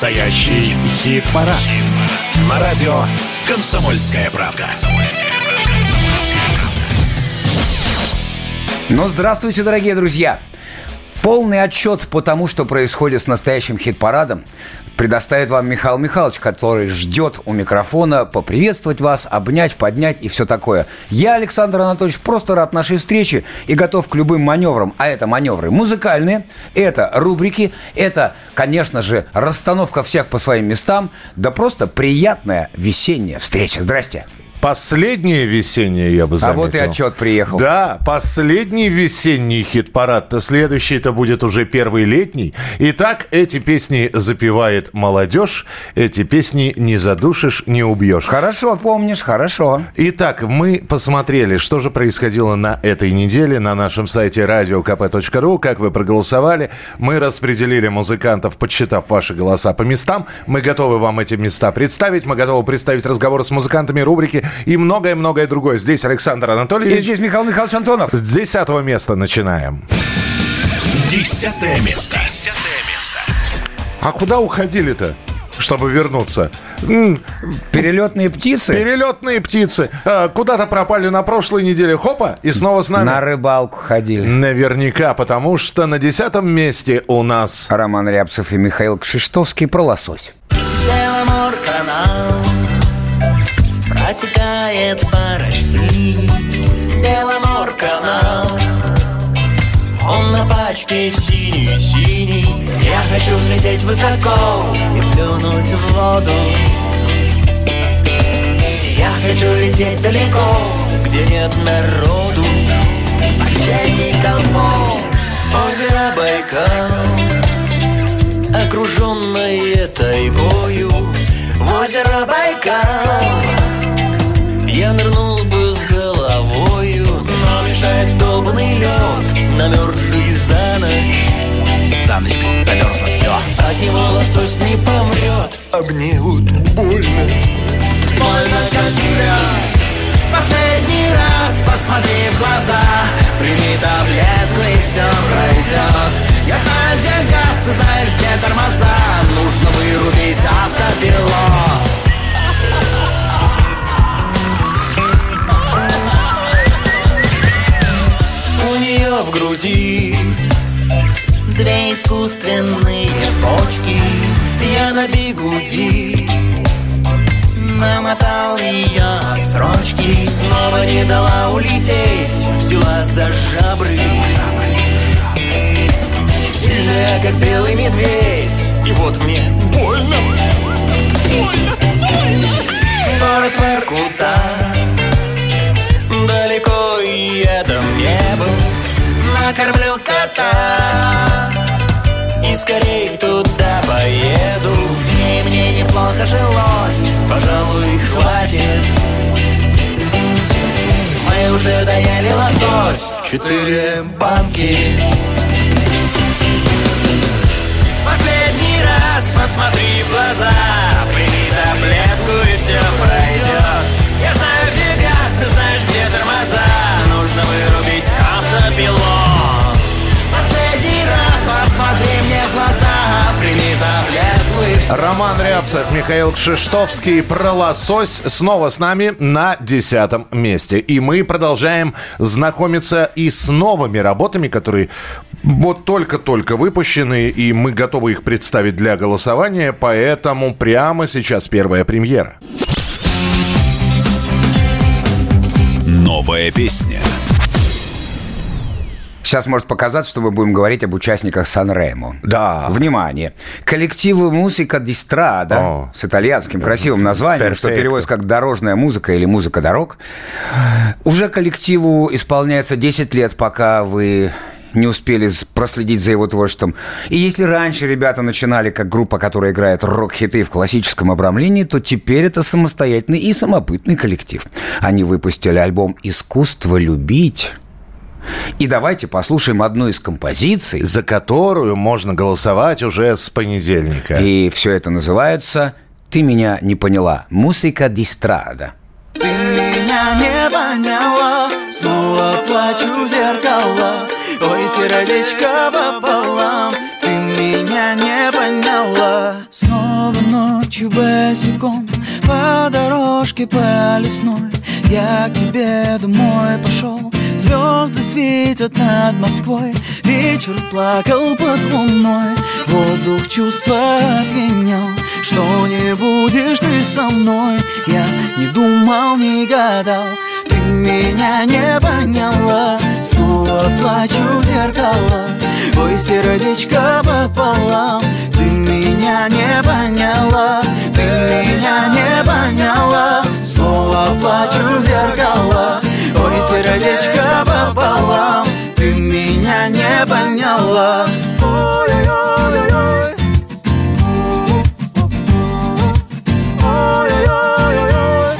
Настоящий хит-парад. На радио «Комсомольская правда». Ну, здравствуйте, дорогие друзья! Полный отчет по тому, что происходит с настоящим хит-парадом, предоставит вам Михаил Михайлович, который ждет у микрофона поприветствовать вас, обнять, поднять и все такое. Я, Александр Анатольевич, просто рад нашей встрече и готов к любым маневрам. А это маневры музыкальные, это рубрики, это, конечно же, расстановка всех по своим местам, да просто приятная весенняя встреча. Здрасте. Последнее весеннее, я бы заметил. А вот и отчет приехал. Да, последний весенний хит-парад-то. Следующий-то будет уже первый летний. Итак, эти песни запевает молодежь. Эти песни не задушишь, не убьешь. Хорошо, помнишь, хорошо. Итак, мы посмотрели, что же происходило на этой неделе на нашем сайте radiokp.ru. Как вы проголосовали. Мы распределили музыкантов, подсчитав ваши голоса по местам. Мы готовы вам эти места представить. Мы готовы представить разговоры с музыкантами, рубрики и многое-многое другое. Здесь Александр Анатольевич. И здесь Михаил Михайлович Антонов. С 10-го места начинаем. 10-е место. А куда уходили-то, чтобы вернуться? Перелетные птицы? Перелетные птицы. Куда-то пропали на прошлой неделе. Хопа, и снова с нами. На рыбалку ходили. Наверняка, потому что на 10-м месте у нас Роман Рябцев и Михаил Кшиштовский про лосось. Беломор-канал протекает по России. Беломор-канал, он на пачке синий-синий. Я хочу взлететь высоко и плюнуть в воду. Я хочу лететь далеко, где нет народу, вообще никого. Озеро Байкал, окруженное тайгою. В озеро Байкал я нырнул бы с головою, но мешает долбанный лед, намерзший за ночь. За ночь замерзло все. От него лосось не помрет, а мне вот больно. Больно как грязь. Последний раз посмотри в глаза, прими таблетку и все пройдет. Я знаю, где газ, ты знаешь, где тормоза. Нужно вырубить автопилот. У нее в груди две искусственные почки. Я на бигуди намотал ее срочки. Снова не дала улететь, взяла за жабры. Сильная, как белый медведь. И вот мне больно. Больно, больно. Город Воркута, далеко и я там не был. Накормлю кота и скорей туда поеду. В ней мне неплохо жилось, пожалуй, хватит. Мы уже доели лосось, 4 банки. Последний раз посмотри в глаза, прими таблетку и все пройдет. Я знаю, где газ, ты знаешь, где тормоза. Нужно вырубить автопилот. Последний раз посмотри мне в глаза, прими таблетку и все. Роман Рябцев, Михаил Кшиштовский про лосось снова с нами на 10-м месте. И мы продолжаем знакомиться и с новыми работами, которые вот только-только выпущены, и мы готовы их представить для голосования, поэтому прямо сейчас первая премьера. Новая песня. Сейчас может показаться, что мы будем говорить об участниках Сан-Ремо. Да. Внимание. Коллективу «Музыка ди страда» с итальянским красивым названием, что переводится как «дорожная музыка» или «музыка дорог». Уже коллективу исполняется 10 лет, пока вы не успели проследить за его творчеством. И если раньше ребята начинали как группа, которая играет рок-хиты в классическом обрамлении, то теперь это самостоятельный и самобытный коллектив. Они выпустили альбом «Искусство любить». И давайте послушаем одну из композиций, за которую можно голосовать уже с понедельника. И все это называется «Ты меня не поняла». «Музыка ди страда». Ты меня не поняла, снова плачу в зеркало. Ой, сердечко пополам, ты меня не поняла. Снова ночью босиком по дорожке по лесной я к тебе домой пошел. Звезды светят над Москвой, вечер плакал под луной. Воздух чувства опьянял, что не будешь ты со мной. Я не думал, не гадал, ты меня не поняла. Снова плачу в зеркало, ой, сердечко пополам. Ты меня не поняла, ты меня не поняла. Снова плачу в зеркало, ой, сердечко пополам. Ты меня не поняла. Ой-ой-ой-ой-ой. Ой-ой-ой-ой-ой.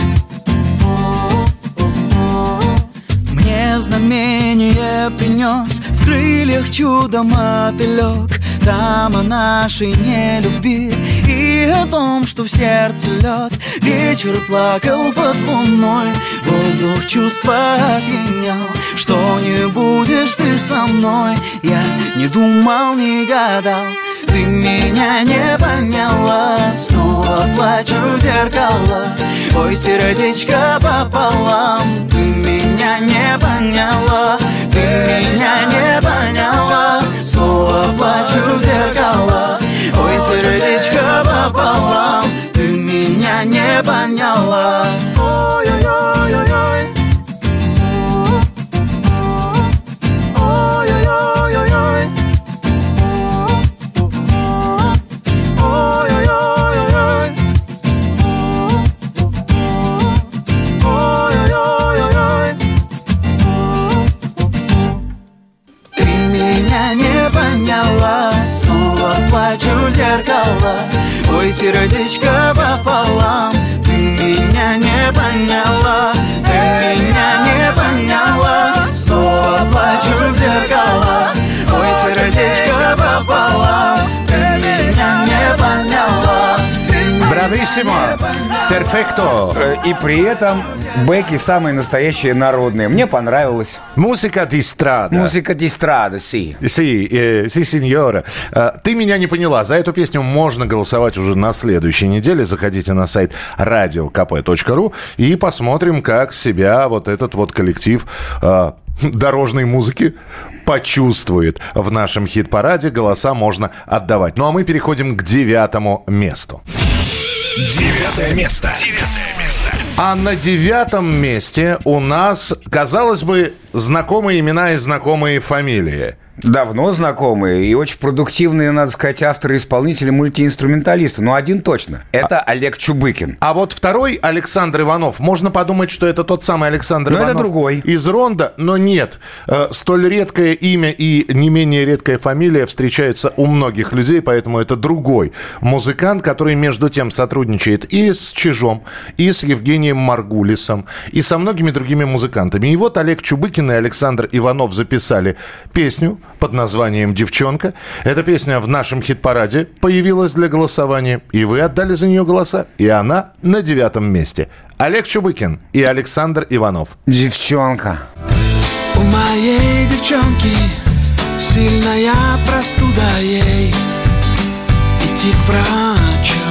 Мне знамение принес в крыльях чудо-мотылек. Там о нашей нелюбви и о том, что в сердце лед. Вечер плакал под луной, воздух чувства опьянял, что не будешь ты со мной. Я не думал, не гадал, ты меня не поняла. Снова плачу в зеркало, ой, сердечко пополам. Ты меня не поняла, ты меня не поняла. Снова плачу в зеркало, ой, сердечко пополам. Ты меня не поняла. Ой-ой-ой-ой-ой. Ой-ой-ой-ой-ой. Ой-ой-ой-ой-ой. Ой-ой-ой-ой-ой. Ты меня не поняла. Снова плачу в зеркало, ой, сердечко пополам. Ты меня не поняла, ты меня не поняла. Снова плачу в зеркало, ой, сердечко пополам. Ты меня не поняла. Брависсимо! Перфекто! И при этом бэки самые настоящие народные. Мне понравилось. Музыка ди страда. Музыка ди страда, си. Си, сеньора. Ты меня не поняла. За эту песню можно голосовать уже на следующей неделе. Заходите на сайт radiokp.ru и посмотрим, как себя вот этот вот коллектив дорожной музыки почувствует в нашем хит-параде. Голоса можно отдавать. Ну а мы переходим к 9-му месту. 9 место. А на 9-м месте у нас, казалось бы, знакомые имена и знакомые фамилии. Давно знакомые и очень продуктивные, надо сказать, авторы, исполнители, мультиинструменталисты. Но один точно. Это Олег Чубыкин. А вот второй Александр Иванов. Можно подумать, что это тот самый Александр Иванов. Но это другой. Из Ронда, но нет. Столь редкое имя и не менее редкая фамилия встречается у многих людей, поэтому это другой музыкант, который между тем сотрудничает и с Чижом, и с Евгением Маргулисом, и со многими другими музыкантами. И вот Олег Чубыкин и Александр Иванов записали песню под названием «Девчонка». Эта песня в нашем хит-параде появилась для голосования, и вы отдали за нее голоса, и она на 9-м месте. Олег Чубыкин и Александр Иванов. Девчонка. У моей девчонки сильная простуда, ей идти к врачу.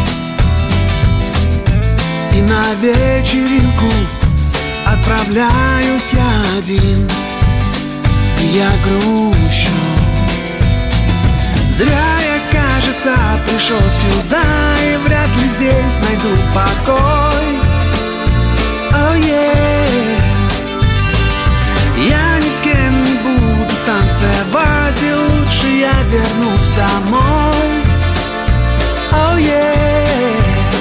И на вечеринку отправляюсь я один. Я грущу. Зря я, кажется, пришел сюда, и вряд ли здесь найду покой. Oh yeah. Я ни с кем не буду танцевать, и лучше я вернусь домой. Oh yeah.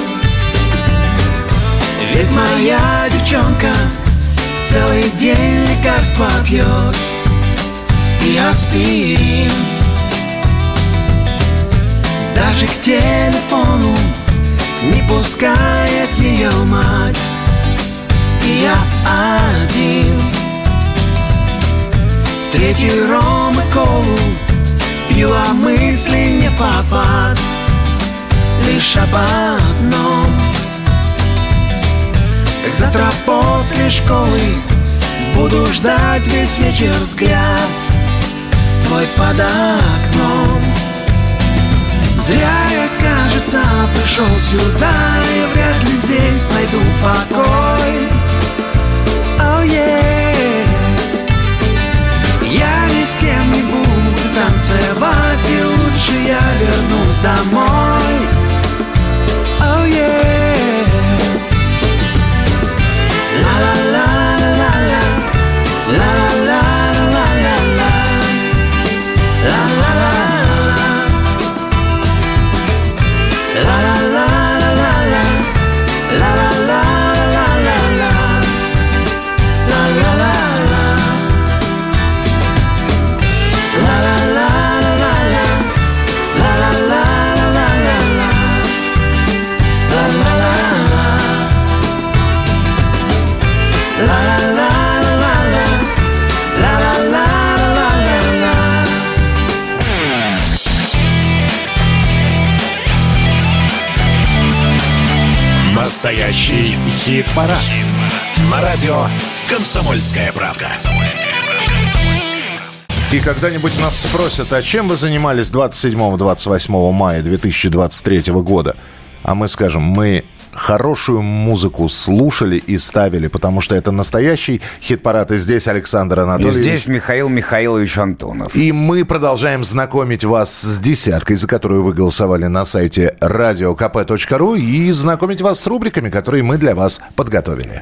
Ведь моя девчонка целый день лекарства пьет и аспирин. Даже к телефону не пускает ее мать. И я один. Третий ром и колу пью, а мысли не в попад. Лишь об одном. Как завтра после школы буду ждать весь вечер взгляд твой под окном. Зря я, кажется, конца пришел сюда, и вряд ли здесь найду покой. Oh yeah. Я ни с кем не буду танцевать, и лучше я вернусь домой. Oh yeah. La-la-la-la-la-la, la-la-la-la-la-la, la-la-la-la, la-la-la-la-la-la, la-la-la-la-la-la, la-la-la-la, Настоящий хит-парад. На радио «Комсомольская правда». И когда-нибудь нас спросят, а чем вы занимались 27-28 мая 2023 года? А мы скажем, мы хорошую музыку слушали и ставили, потому что это настоящий хит-парад. И здесь Александр Анатольевич. И здесь Михаил Михайлович Антонов. И мы продолжаем знакомить вас с десяткой, за которую вы голосовали на сайте radiokp.ru, и знакомить вас с рубриками, которые мы для вас подготовили.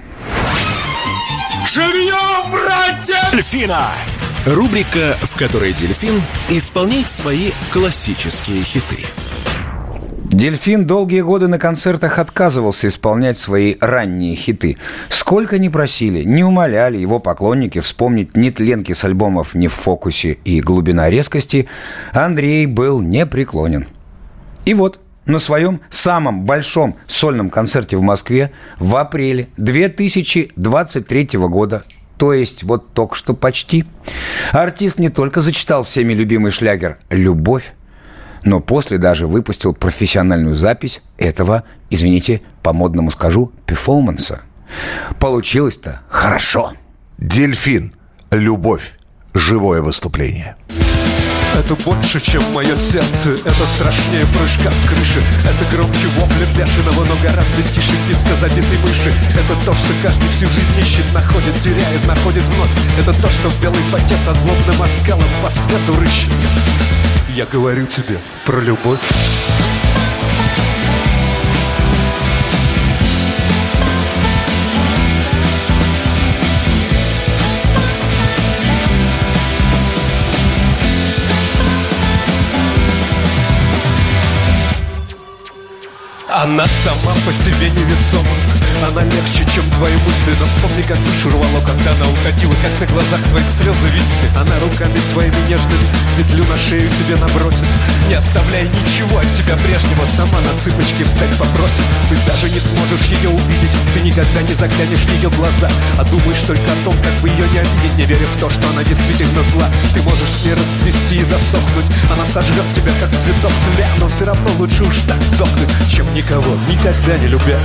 Живьем, братья! Дельфина! Рубрика, в которой дельфин исполняет свои классические хиты. Дельфин долгие годы на концертах отказывался исполнять свои ранние хиты. Сколько ни просили, не умоляли его поклонники вспомнить нетленки с альбомов «Не в фокусе» и «Глубина резкости», Андрей был непреклонен. И вот на своем самом большом сольном концерте в Москве в апреле 2023 года, то есть вот только что почти, артист не только зачитал всеми любимый шлягер «Любовь», но после даже выпустил профессиональную запись этого, извините, по-модному скажу, перформанса. Получилось-то хорошо. Дельфин. Любовь. Живое выступление. Это больше, чем мое сердце, это страшнее прыжка с крыши. Это громче вопля бешеного, но гораздо тише писка забитой мыши. Это то, что каждый всю жизнь ищет, находит, теряет, находит вновь. Это то, что в белой фате со злобным оскалом по свету рыщет. Я говорю тебе про любовь. Она сама по себе невесома. Она легче, чем твои мысли. Но вспомни, как душу рвало, когда она уходила, как на глазах твоих слезы висли. Она руками своими нежными петлю на шею тебе набросит, не оставляя ничего от тебя прежнего. Сама на цыпочки встать попросит. Ты даже не сможешь ее увидеть, ты никогда не заглянешь в ее глаза, а думаешь только о том, как бы ее не обидеть, не веря в то, что она действительно зла. Ты можешь с ней расцвести и засохнуть, она сожрет тебя, как цветок тля, но все равно лучше уж так сдохнуть, чем никого никогда не любя.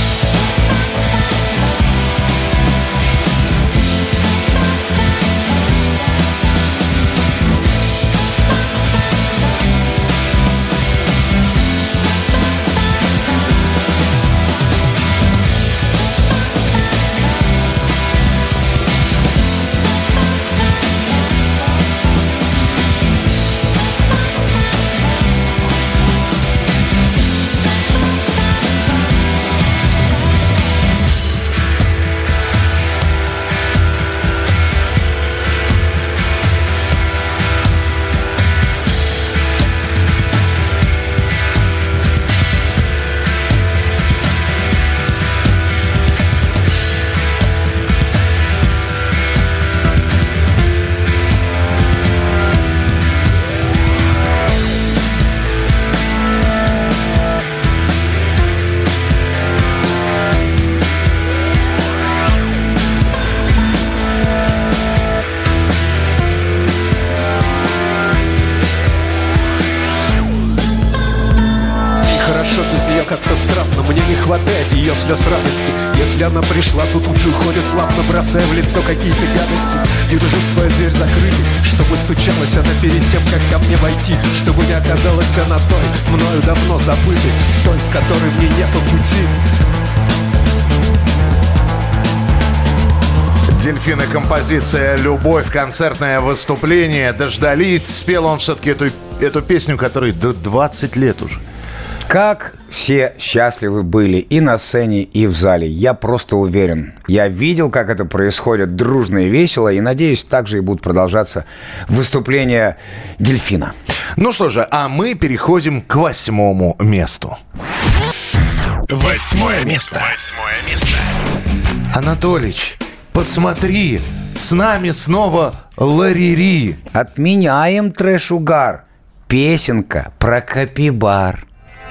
Как-то странно, мне не хватает ее слез радости. Если она пришла, то тут же уходит плавно, бросая в лицо какие-то гадости. Держу свою дверь закрытой, чтобы стучалась Остановилась она перед тем, как ко мне войти, чтобы не оказалась она той, мною давно забытой, той, с которой мне не по пути. Дельфины, композиция «Любовь», концертное выступление. Дождались, спел он все-таки эту песню, которой 20 лет уже. Как все счастливы были и на сцене, и в зале. Я просто уверен. Я видел, как это происходит дружно и весело. И, надеюсь, так же и будут продолжаться выступления «Дельфина». Ну что же, а мы переходим к 8-му месту. 8-е место. Анатолич, посмотри, с нами снова Ларири. Отменяем трэш-угар. Песенка про капибар.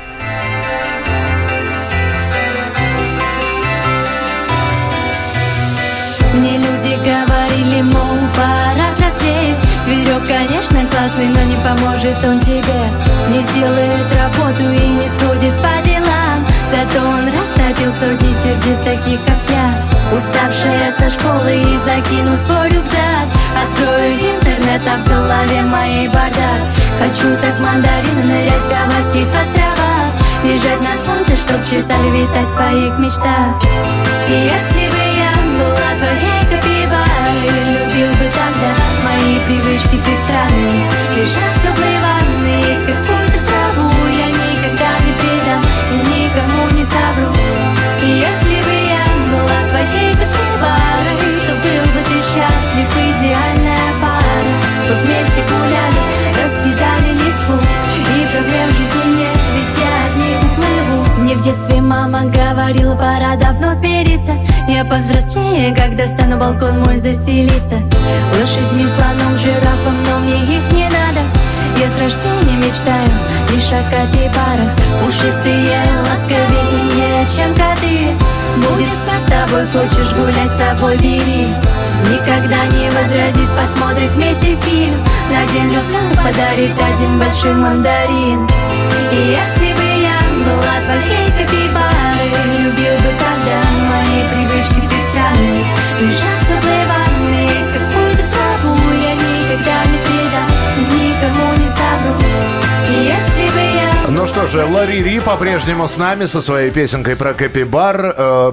Мне люди говорили, мол, пора взрослеть. Зверек, конечно, классный, но не поможет он тебе. Не сделает работу и не сходит по делам. Зато он растопил сотни сердец таких, как я. Уставшая со школы и закину свой рюкзак. Открою интернет, а в голове моей бардак. Хочу так мандарины нырять в Гавайских островах. Лежать на солнце, чтоб чесали летать в своих мечтах. И если бы я была твоей капибарой, любил бы тогда мои привычки, ты странные. Лежать в теплой ванной, есть какую-то траву. Я никогда не предам и никому не совру. И если бы я была твоей капибарой, то был бы ты счастлив, идеальная пара. Мы вместе гуляли, раскидали листву, и проблем в жизни нет, ведь я от них уплыву. Мне в детстве мама говорила, пора давно смириться. Я повзрослее, когда стану балкон мой заселиться. Лошадьми, слоном, жирафом, но мне их не надо. Я с рождения мечтаю лишь о капибарах. Пушистые, ласковее, чем коты. Будет с тобой, хочешь гулять с собой, бери. Никогда не возразит, посмотрит вместе фильм. На день влюбленных подарит один большой мандарин. И если бы я была твоей капибарой, любил бы тогда мои привычки, ты странные. Лежать в теплой ванной, есть какую-то траву. Я никогда не предам и никому не совру. И если бы я... Ну что же, Ларири по-прежнему с нами со своей песенкой про капибар.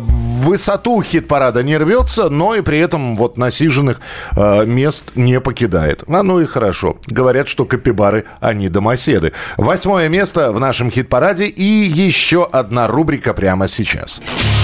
В высоту хит-парада не рвется, но и при этом вот насиженных мест не покидает. А ну и хорошо. Говорят, что капибары, они домоседы. 8-е место в нашем хит-параде и еще одна рубрика прямо сейчас.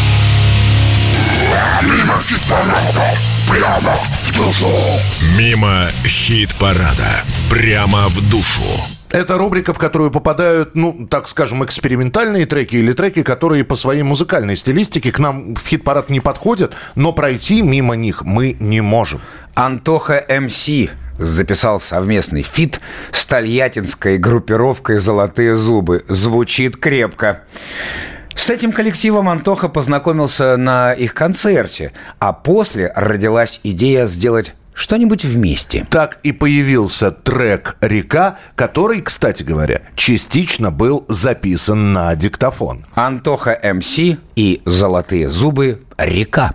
Мимо хит-парада, прямо в душу. Мимо хит-парада, прямо в душу. Это рубрика, в которую попадают, ну, так скажем, экспериментальные треки или треки, которые по своей музыкальной стилистике к нам в хит-парад не подходят, но пройти мимо них мы не можем. Антоха МС записал совместный фит с тольяттинской группировкой «Золотые зубы». Звучит крепко. С этим коллективом Антоха познакомился на их концерте, а после родилась идея сделать что-нибудь вместе. Так и появился трек «Река», который, кстати говоря, частично был записан на диктофон. Антоха МС и «Золотые зубы. Река».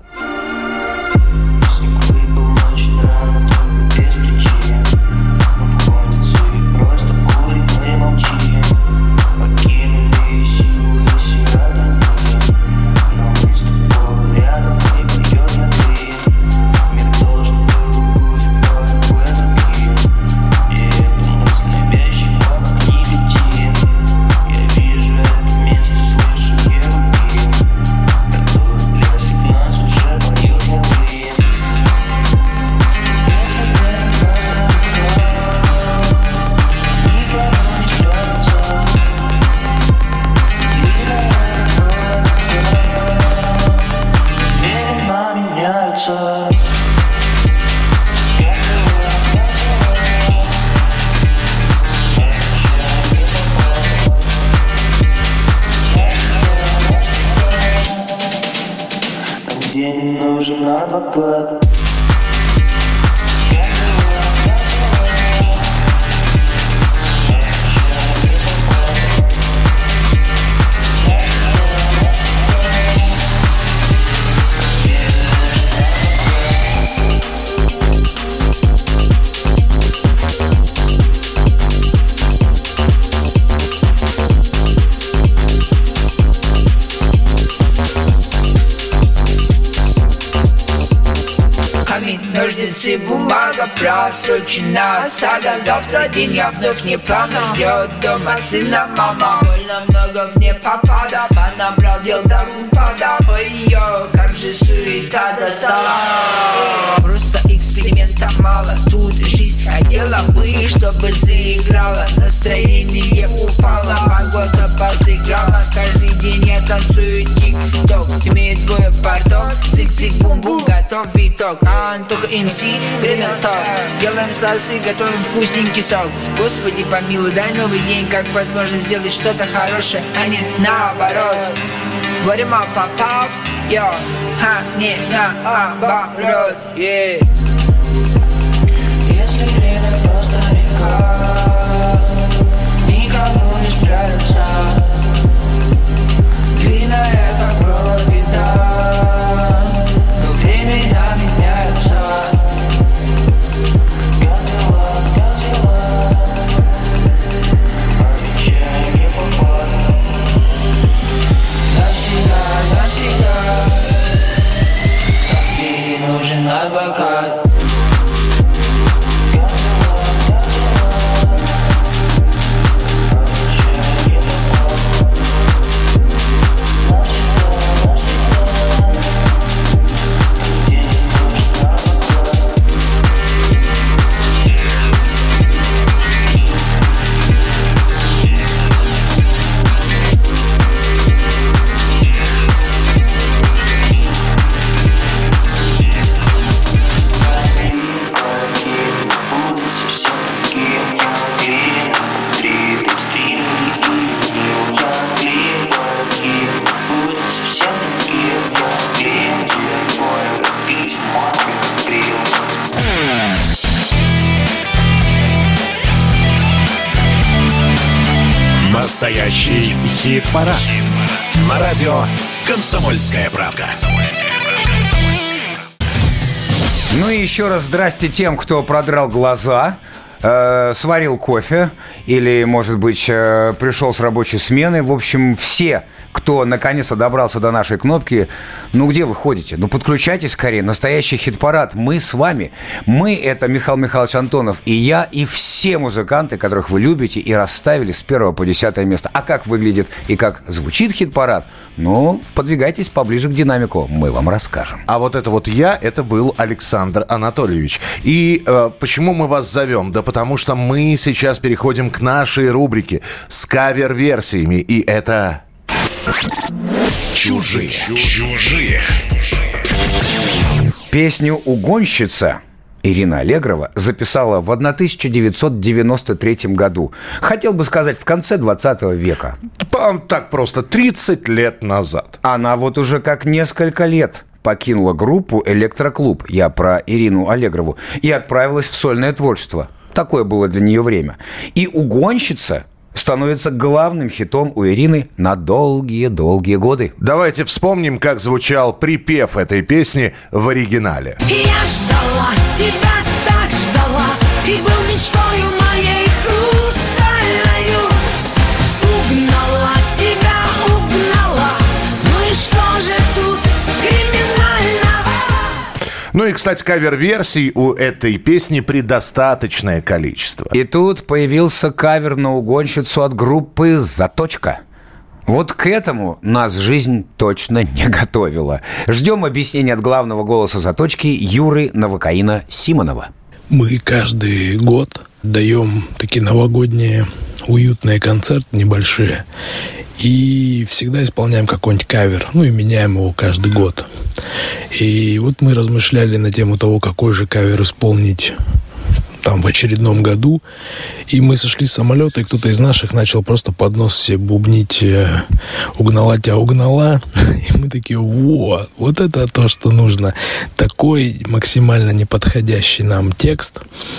Ножницы, бумага, просрочена сага. Завтра день я вновь неплавно ждет дома сына мама. Больно много в не попада, понабрал дел до упада. Ой-ё, как же суета достала. Просто эксперимента мало, тут жизнь хотела бы, чтобы заиграла. Настроение упало, погода подыграла. Каждый день я танцую тик-ток, имеет двое порток. Цик-цик-бум-бум, готов биток. Антоха МС, время ток. Делаем сласы, готовим вкусненький сок. Господи помилуй, дай новый день, как возможность сделать что-то хорошее, а не наоборот. Говорим о пап-пап, йо, ха, не наоборот, yeah. Если время просто река, никому не спрятаться. Длинная, как провода, но времена меняются. Нужен адвокат. Настоящий хит-парад. На радио «Комсомольская правда». Ну и еще раз здрасте тем, кто продрал глаза, сварил кофе или, может быть, пришел с рабочей смены. В общем, все, кто наконец-то добрался до нашей кнопки, ну где вы ходите? Ну подключайтесь скорее. Настоящий хит-парад. Мы с вами. Мы — это Михаил Михайлович Антонов и я, и все музыканты, которых вы любите и расставили с 1 по 10 место. А как выглядит и как звучит хит-парад? Ну, подвигайтесь поближе к динамику. Мы вам расскажем. А вот это вот это был Александр Анатольевич. И почему мы вас зовем? Да потому что мы сейчас переходим к нашей рубрике с кавер-версиями. И это... Чужие. Песню «Угонщица» Ирина Аллегрова записала в 1993 году. Хотел бы сказать, в конце 20 века. Так просто, 30 лет назад. Она вот уже как несколько лет покинула группу «Электроклуб», я про Ирину Аллегрову, и отправилась в сольное творчество. Такое было для нее время. И «Угонщица» становится главным хитом у Ирины на долгие-долгие годы. Давайте вспомним, как звучал припев этой песни в оригинале. Я ждала, тебя так ждала, ты был мечтою моей хрустальною. Угнала тебя, угнала, ну и что же тут криминального? Ну и, кстати, кавер-версий у этой песни предостаточное количество. И тут появился кавер на «Угонщицу» от группы «Заточка». Вот к этому нас жизнь точно не готовила. Ждем объяснения от главного голоса «Заточки» Юры Новокаина-Симонова. Мы каждый год даем такие новогодние уютные концерты небольшие. И всегда исполняем какой-нибудь кавер. Ну и меняем его каждый год. И вот мы размышляли на тему того, какой же кавер исполнить там в очередном году. И мы сошли с самолета, и кто-то из наших начал просто под нос себе бубнить «Угнала тебя, угнала». И мы такие: вот это то, что нужно. Такой максимально неподходящий нам текст.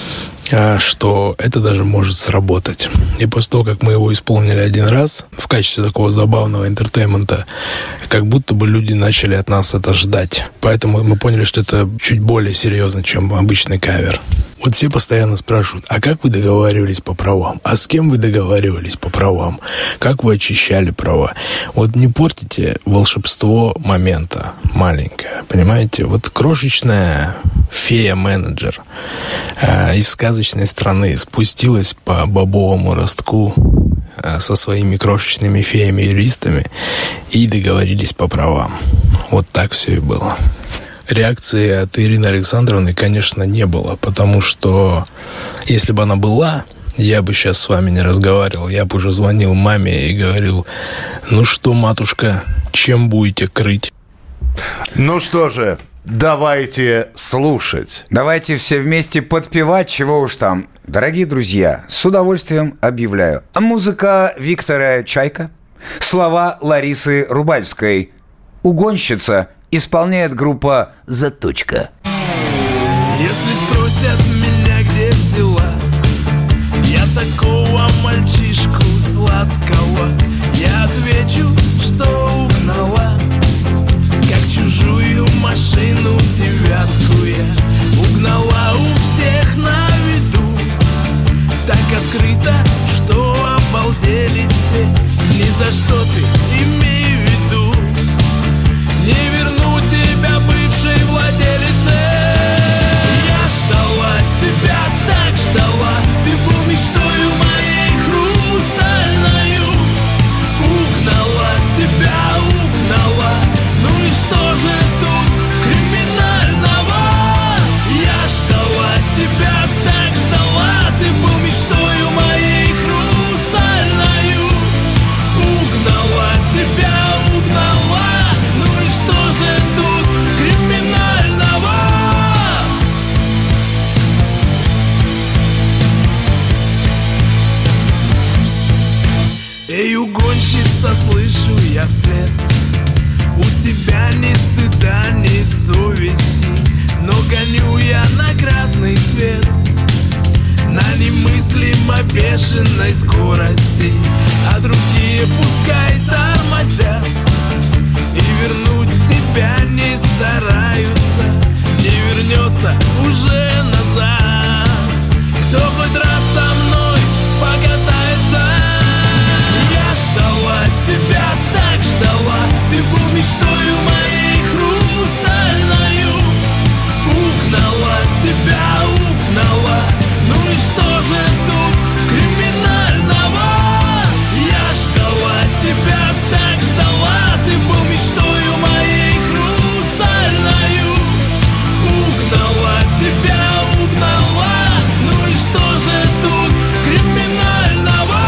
что это даже может сработать. И после того, как мы его исполнили один раз в качестве такого забавного интертеймента, как будто бы люди начали от нас это ждать. Поэтому мы поняли, что это чуть более серьезно, чем обычный кавер. Вот все постоянно спрашивают, а как вы договаривались по правам? А с кем вы договаривались по правам? Как вы очищали права? Вот не портите волшебство момента маленькое, понимаете? Вот крошечная фея-менеджер из сказочной страны спустилась по бобовому ростку со своими крошечными феями-юристами и договорились по правам. Вот так все и было. Реакции от Ирины Александровны, конечно, не было, потому что если бы она была, я бы сейчас с вами не разговаривал, я бы уже звонил маме и говорил: ну что, матушка, чем будете крыть? Ну что же, давайте слушать. Давайте все вместе подпевать, чего уж там. Дорогие друзья, с удовольствием объявляю. Музыка Виктора Чайка, слова Ларисы Рубальской. «Угонщица» исполняет группа «Заточка». Если спросят меня, где взяла я такого мальчишку сладкого, я отвечу, что угнала, как чужую машину девятку я угнала у всех на виду, так открыто, что обалдели все. Ни за что ты, имей в виду, не верну тебя бывшей владелице. Я ждала тебя, так ждала, ты был мечтою моей хрустальною. Угнала тебя, угнала, ну и что же тут криминального? Я ждала тебя, так ждала, ты был мечтою моей хрустальною. Угнала тебя, угнала, ну и что же тут криминального? Эй, угонщица, слышу я вслед, у тебя ни стыда, ни совести, но гоню я на красный свет, на немыслимо бешеной скорости, а другие пускай тормозят и вернуть тебя не стараются, не вернется уже назад. Кто хоть раз со мной покатается? Я ждала тебя, так ждала, ты был мечтою моей хрустальною. Угнала тебя, угнала, ну и что же тут криминального? Я ждала тебя, так ждала, ты был мечтою моей хрустальною. Угнала тебя, угнала, ну и что же тут криминального?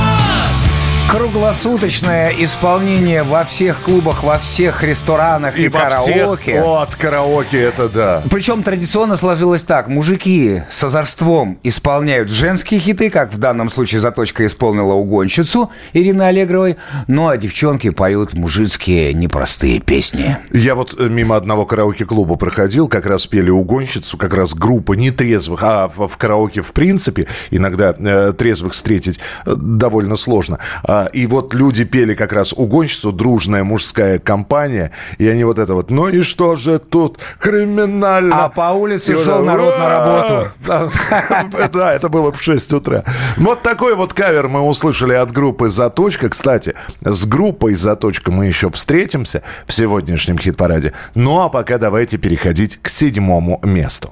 Круглосуточное исполнение во всех клубах, во всех ресторанах и караоке. Вот, караоке, это да. Причем традиционно сложилось так. Мужики с озорством исполняют женские хиты, как в данном случае «Заточка» исполнила «Угонщицу» Ирины Аллегровой. Ну, а девчонки поют мужицкие непростые песни. Я вот мимо одного караоке-клуба проходил, как раз пели «Угонщицу», как раз группа нетрезвых, а в караоке в принципе иногда трезвых встретить довольно сложно. И вот люди пели как раз «Угонщицу», дружная мужская компания, и они вот это вот: ну и что же тут криминально? А по улице шел народ на работу. Да, это было в 6 утра. Вот такой вот кавер мы услышали от группы «Заточка». Кстати, с группой «Заточка» мы еще встретимся в сегодняшнем хит-параде. Ну а пока давайте переходить к 7-му месту.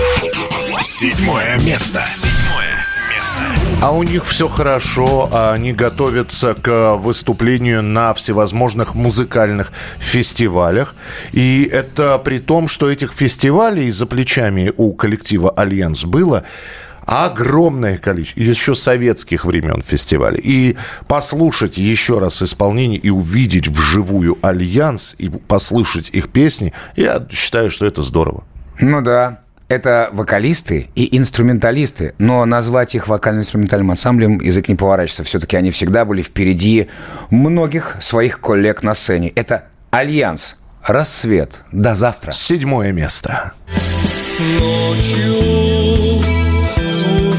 7-е место. А у них все хорошо, они готовятся к выступлению на всевозможных музыкальных фестивалях. И это при том, что этих фестивалей за плечами у коллектива «Альянс» было огромное количество, еще советских времен фестивалей. И послушать еще раз исполнение и увидеть вживую «Альянс», и послушать их песни, я считаю, что это здорово. Ну да. Это вокалисты и инструменталисты, но назвать их вокально-инструментальным ансамблем язык не поворачивается. Все-таки они всегда были впереди многих своих коллег на сцене. Это «Альянс». «Рассвет». До завтра. 7-е место. Ночью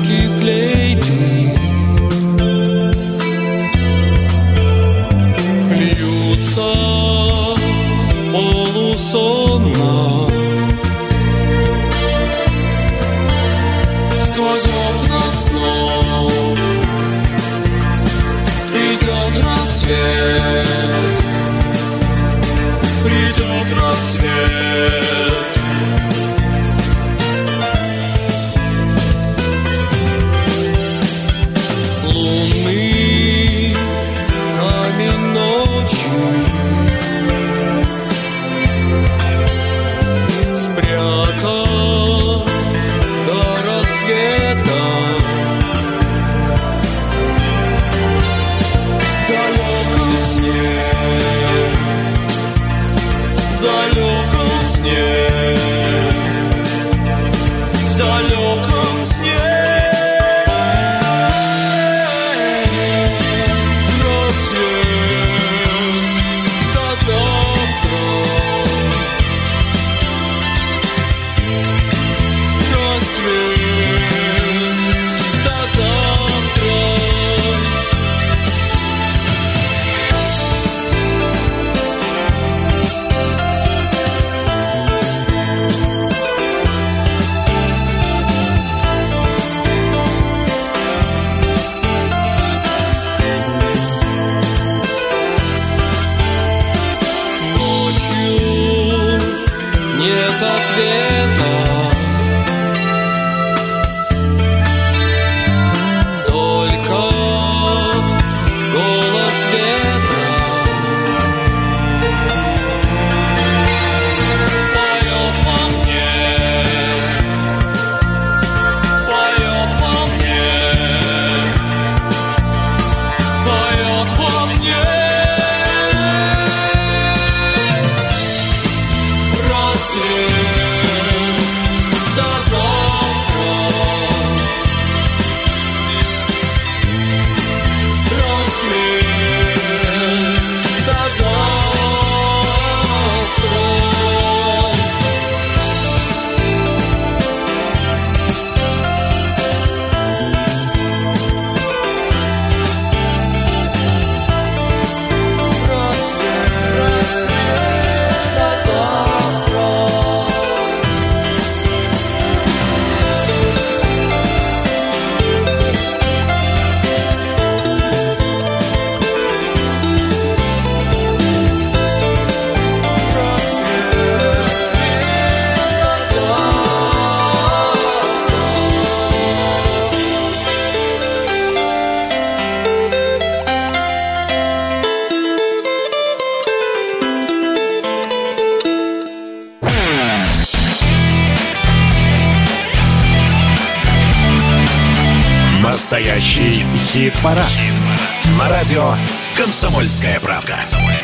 Настоящий хит-парад. На радио «Комсомольская правда».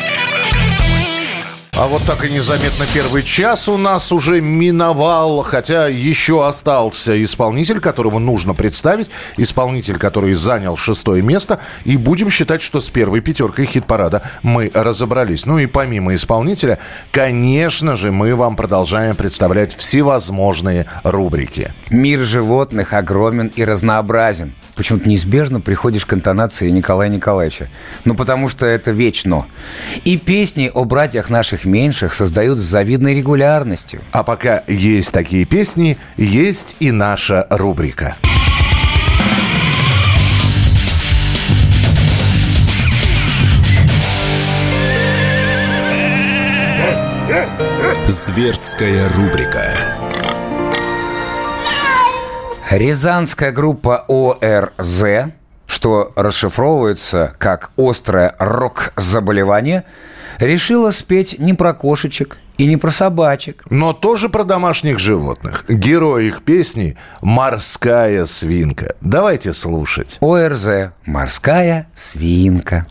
А вот так и незаметно первый час у нас уже миновал, хотя еще остался исполнитель, которого нужно представить, исполнитель, который занял 6-е место, и будем считать, что с первой пятеркой хит-парада мы разобрались. Ну и помимо исполнителя, конечно же, мы вам продолжаем представлять всевозможные рубрики. Мир животных огромен и разнообразен. Почему-то неизбежно приходишь к интонации Николая Николаевича. Ну, потому что это вечно. И песни о братьях наших меньших создают с завидной регулярностью. А пока есть такие песни, есть и наша рубрика. Зверская рубрика. Рязанская группа ОРЗ, что расшифровывается как «острое рок-заболевание», решила спеть не про кошечек и не про собачек. Но тоже про домашних животных. Герой их песни – «Морская свинка». Давайте слушать. ОРЗ «Морская свинка».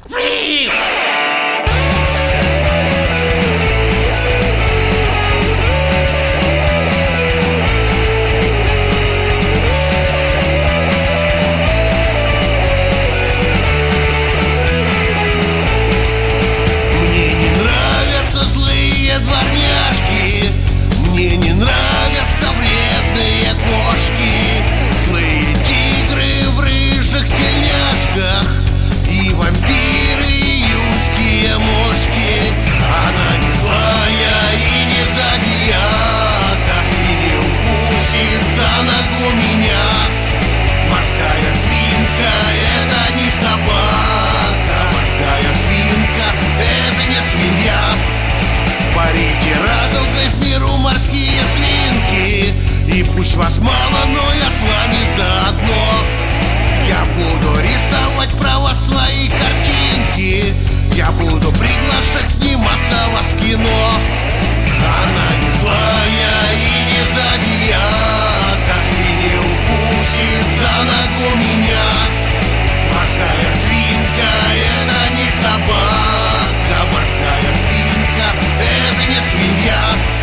Пусть вас мало, но я с вами заодно. Я буду рисовать про вас свои картинки. Я буду приглашать сниматься вас в кино. Она не злая и не зодиака, и не укусит за ногу меня. Морская свинка — это не собака. Морская свинка — это не свинья.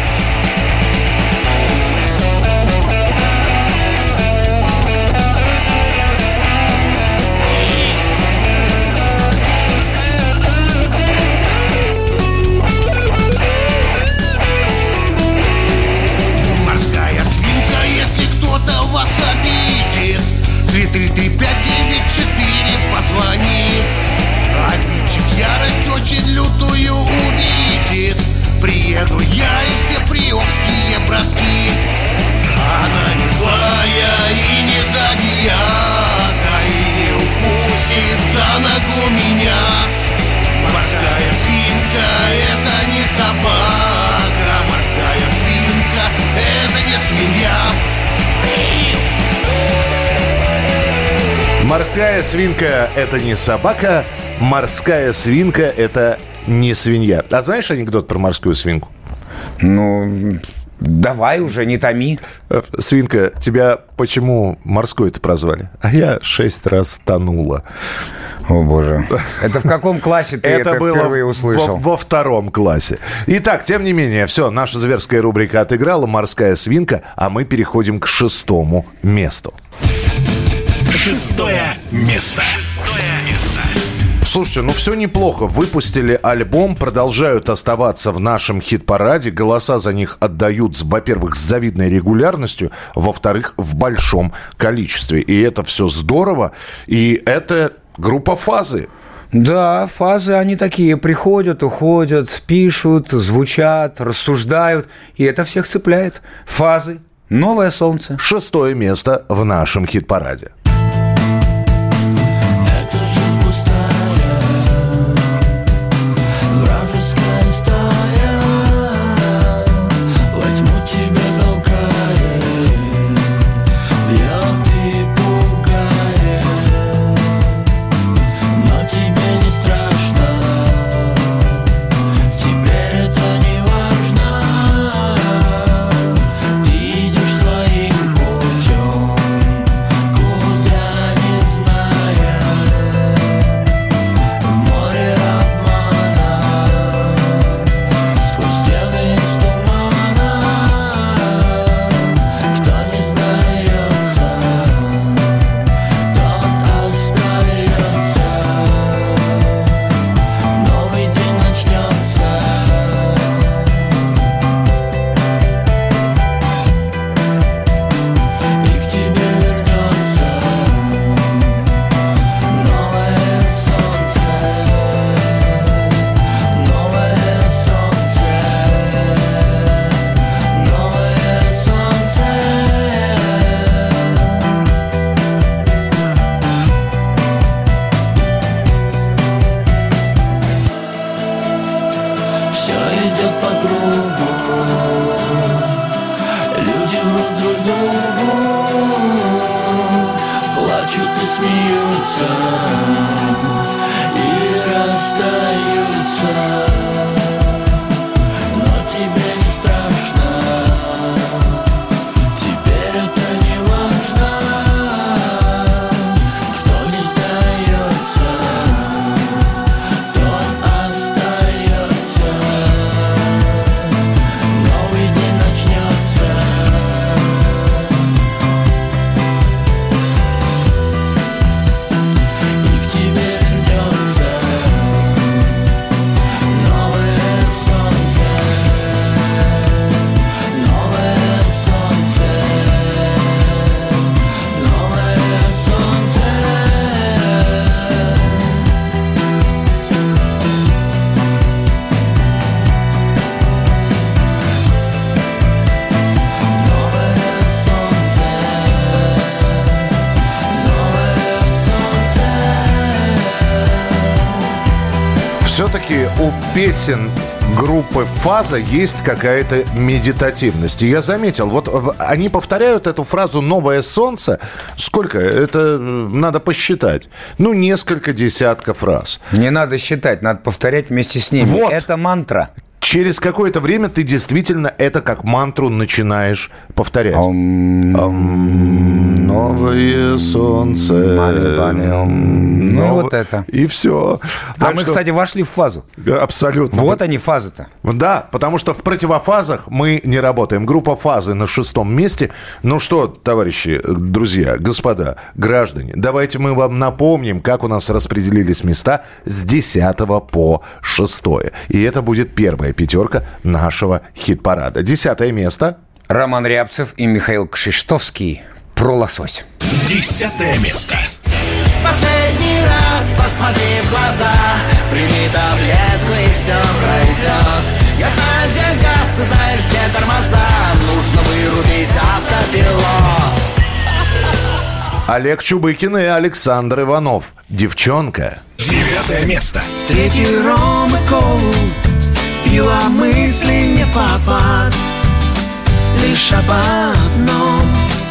Вас обидит 333-5994, позвони. Обидчик ярость очень лютую увидит. Приеду я и все приокские братки. Она не злая и не зодиака, и не укусит за ногу меня. Морская свинка — это не собака. Морская свинка — это не свинья. Морская свинка – это не собака, морская свинка – это не свинья. А знаешь анекдот про морскую свинку? Ну, давай уже, не томи. Свинка, тебя почему морской-то прозвали? А я 6 раз тонула. О, боже. Это в каком классе ты это впервые услышал? Во 2 классе. Итак, тем не менее, все, наша зверская рубрика отыграла, «Морская свинка», а мы переходим к 6-му месту. 6-е место. Слушайте, ну все неплохо. Выпустили альбом, продолжают оставаться в нашем хит-параде. Голоса за них отдают, во-первых, с завидной регулярностью, во-вторых, в большом количестве. И это все здорово. И это группа «Фазы». Да, «Фазы», они такие, приходят, уходят, пишут, звучат, рассуждают. И это всех цепляет. «Фазы». Новое солнце. 6-е место в нашем хит-параде. Идешь своим путем. смеются и расстаются, но тебе не страшно, теперь это не важно. Кто не сдается, тот остается, новый день начнется. Все-таки у песен группы «Фаза» есть какая-то медитативность. И я заметил, вот они повторяют эту фразу «новое солнце». Сколько? Это надо посчитать. Ну, несколько десятков раз. Не надо считать, надо повторять вместе с ними. Вот. Это мантра. Через какое-то время ты действительно это как мантру начинаешь повторять. Новое солнце. Ну, вот это. И все. А мы, кстати, вошли в фазу. Абсолютно. Вот они, фазы-то. Да, потому что в противофазах мы не работаем. Группа «Фазы» на 6-м месте. Ну что, товарищи, друзья, господа, граждане, давайте мы вам напомним, как у нас распределились места с 10 по 6. И это будет первая пятерка нашего хит-парада. 10 место. Роман Рябцев и Михаил Кшиштовский. Про лосось. 10 место. Последний раз посмотри в глаза, прими таблетку и все пройдет. Я знаю, где газ, ты знаешь, где тормоза, нужно вырубить автопилот. Олег Чубыкин и Александр Иванов. «Девчонка». 9 место. Третий ром и колу пила мысли не попад, лишь об одном.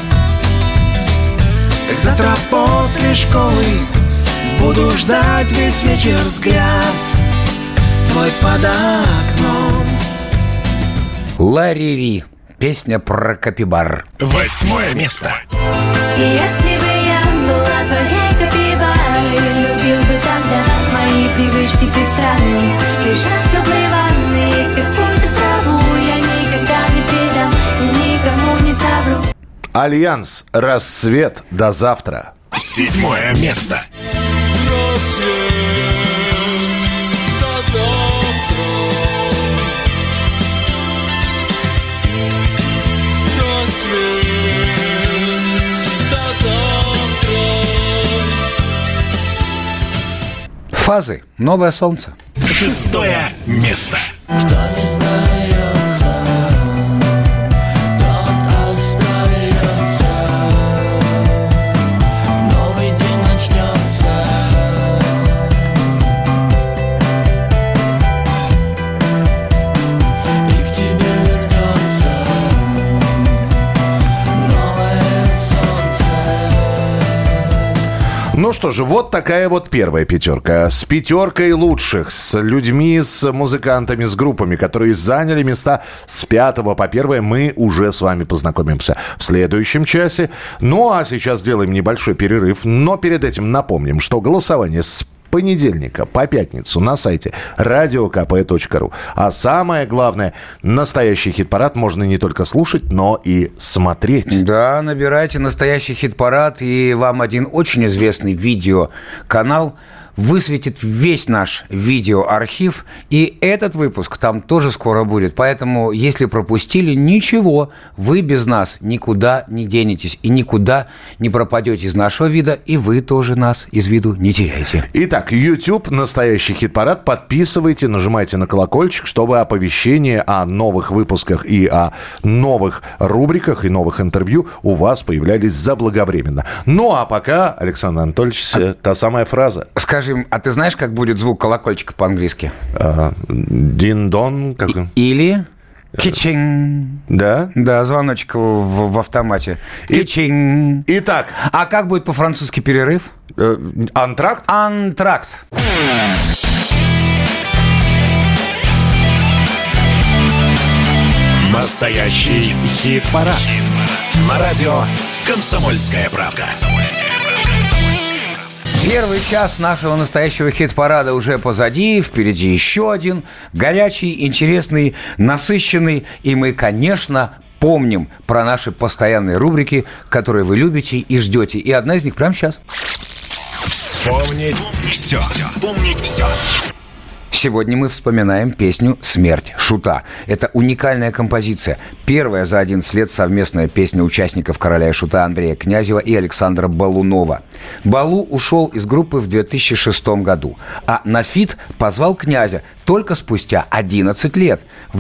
Как завтра после школы буду ждать весь вечер взгляд твой под окном. Ларири. Песня про капибар. 8 место. Если бы я была твоей капибарой, любил бы тогда мои привычки ты странные. Лежать в теплой ванной, есть какую-то траву, я никогда не предам и никому не совру. Альянс «Рассвет». До завтра. 7 место. Фазы. Новое солнце. 6 место. Кто не сдается, тот остается, новый день начнется. И к тебе вернется новое солнце. Ну что же, вот такая вот первая пятерка. С пятеркой лучших, с людьми, с музыкантами, с группами, которые заняли места с 5 по 1, мы уже с вами познакомимся в следующем часе. Ну а сейчас сделаем небольшой перерыв, но перед этим напомним, что голосование с понедельника по пятницу на сайте radiokp.ru. А самое главное, настоящий хит-парад можно не только слушать, но и смотреть. Да, набирайте настоящий хит-парад, и вам один очень известный видеоканал высветит весь наш видеоархив, и этот выпуск там тоже скоро будет. Поэтому, если пропустили, ничего, вы без нас никуда не денетесь и никуда не пропадете из нашего вида, и вы тоже нас из виду не теряете. Итак, YouTube, настоящий хит-парад. Подписывайте, нажимайте на колокольчик, чтобы оповещения о новых выпусках и о новых рубриках и новых интервью у вас появлялись заблаговременно. Ну, а пока, Александр Анатольевич, та самая фраза. Скажи, а ты знаешь, как будет звук колокольчика по-английски? Дин-дон. Как... Или Кичинг. Да? Да, звоночек в автомате. Кичинг. Итак. А как будет по-французски перерыв? Антракт? Антракт. Настоящий хит-парад. На радио «Комсомольская правда». Первый час нашего настоящего хит-парада уже позади. Впереди еще один. Горячий, интересный, насыщенный. И мы, конечно, помним про наши постоянные рубрики, которые вы любите и ждете. И одна из них прямо сейчас. Вспомнить все. Вспомнить все. Сегодня мы вспоминаем песню «Смерть Шута». Это уникальная композиция. Первая за 11 лет совместная песня участников «Короля и Шута» Андрея Князева и Александра Балунова. Балу ушел из группы в 2006 году, а на фит позвал Князя только спустя 11 лет, в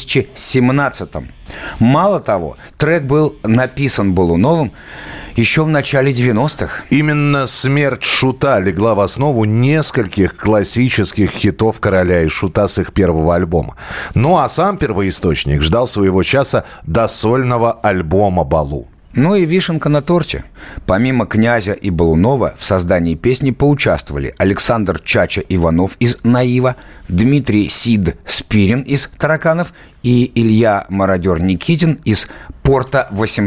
2017. Мало того, трек был написан Балуновым еще в начале 90-х. Именно «Смерть Шута» легла в основу нескольких классических хитов «Короля и Шута» с их первого альбома. Ну а сам первоисточник ждал своего часа до сольного альбома Балу. Ну и вишенка на торте. Помимо Князя и Балунова в создании песни поучаствовали Александр Чача Иванов из «Наива», Дмитрий Сид Спирин из «Тараканов» и Илья Мародер Никитин из «Порта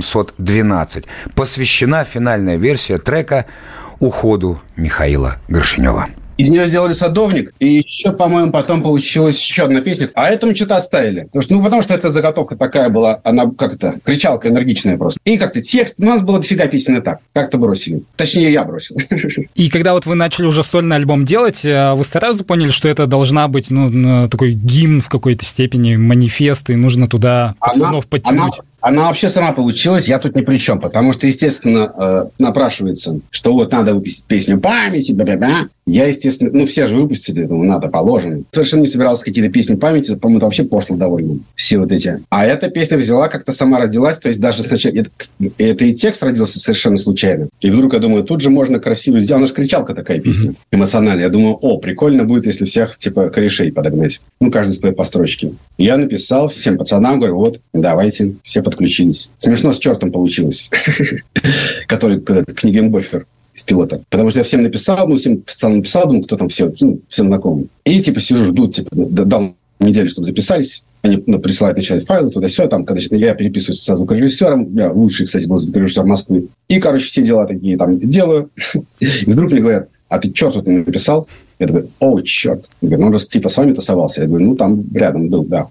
812». Посвящена финальная версия трека уходу Михаила Горшенева. Из нее сделали «Садовник», и еще, по-моему, потом получилась еще одна песня. А это мы что-то оставили. Потому что эта заготовка такая была, она как-то кричалка энергичная просто. И как-то текст, у нас было дофига песен и так. Как-то бросили. Точнее, я бросил. И когда вот вы начали уже сольный альбом делать, вы сразу поняли, что это должна быть такой гимн в какой-то степени, манифест, и нужно туда пацанов подтянуть? Она вообще сама получилась, я тут ни при чем, потому что, естественно, напрашивается, что вот надо выпустить песню «Памяти», бля-бля-бля. Я, естественно, все же выпустили, думаю, надо, положено. Совершенно не собирался какие-то песни «Памяти», по-моему, это вообще пошло довольно, все вот эти. А эта песня взяла, как-то сама родилась, то есть даже сначала... Это и текст родился совершенно случайно. И вдруг я думаю, тут же можно красиво сделать, она же кричалка такая песня, эмоциональная. Я думаю, прикольно будет, если всех, типа, корешей подогнать. Каждый свои по строчке. Я написал всем пацанам, говорю, вот, давайте, все подключились. Смешно с чертом получилось. Который Книгенбофер из «Пилота». Потому что я всем написал, всем пацанам написал, думаю, кто там все, всем знакомым. И, сижу, ждут, дал неделю, чтобы записались. Они присылают, начинают файлы туда-сюда. Там, когда я переписываюсь со звукорежиссером. Я лучший, кстати, был звукорежиссер Москвы. И, все дела такие там делаю. И вдруг мне говорят, а ты что тут написал? Я такой, черт. Я говорю, он же с вами тусовался. Я говорю, там рядом был, да.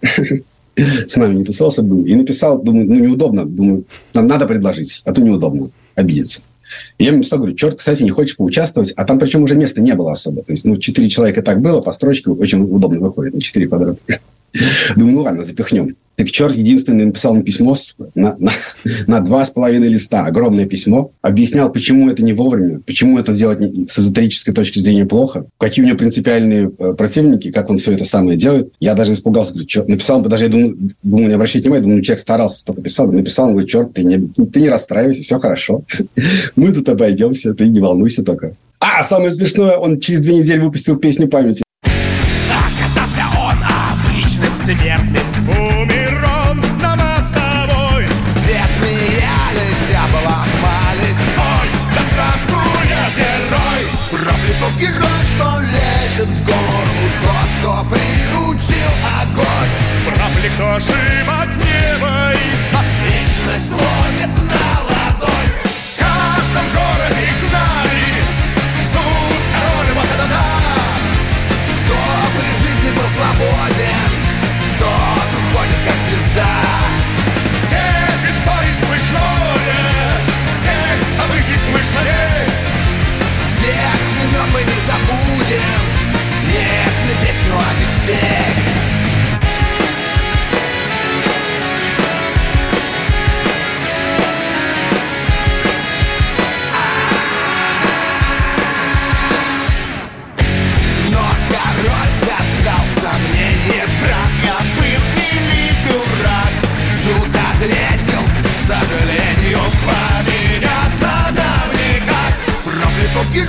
С нами не тусовался, был. И написал, думаю, неудобно. Думаю, нам надо предложить, а то неудобно обидеться. И я ему написал, говорю, черт, кстати, не хочешь поучаствовать? А там причем уже места не было особо. То есть, 4 человека так было, по строчке очень удобно выходит, 4 квадрата. Думаю, ладно, запихнем. Так черт единственный написал мне письмо на 2,5 листа. Огромное письмо. Объяснял, почему это не вовремя, почему это делать с эзотерической точки зрения плохо, какие у него принципиальные противники, как он все это самое делает. Я даже испугался. Говорю, черт, написал, даже я думаю, не обращайте внимания, думаю, человек старался, только писал. Написал, он говорит, черт, ты не расстраивайся, все хорошо. Мы тут обойдемся, ты не волнуйся только. Самое смешное, он через 2 недели выпустил песню «Памяти». Оказался он обычным смертным. Умер он на мостовой. Все смеялись, обломались. Ой, да здравствует герой. Разве тот герой, что лезет в гору, тот, кто приручил огонь? Прав ли, кто ошибок не боится, вечность ловит на ладонь. В каждом городе их знали. Шут, король, вот это да. Кто при жизни был свободен, тот уходит как звезда. Тех историй слышно нет, тех событий слышно нет. Тех имен мы не забудем, если песню о них спеть.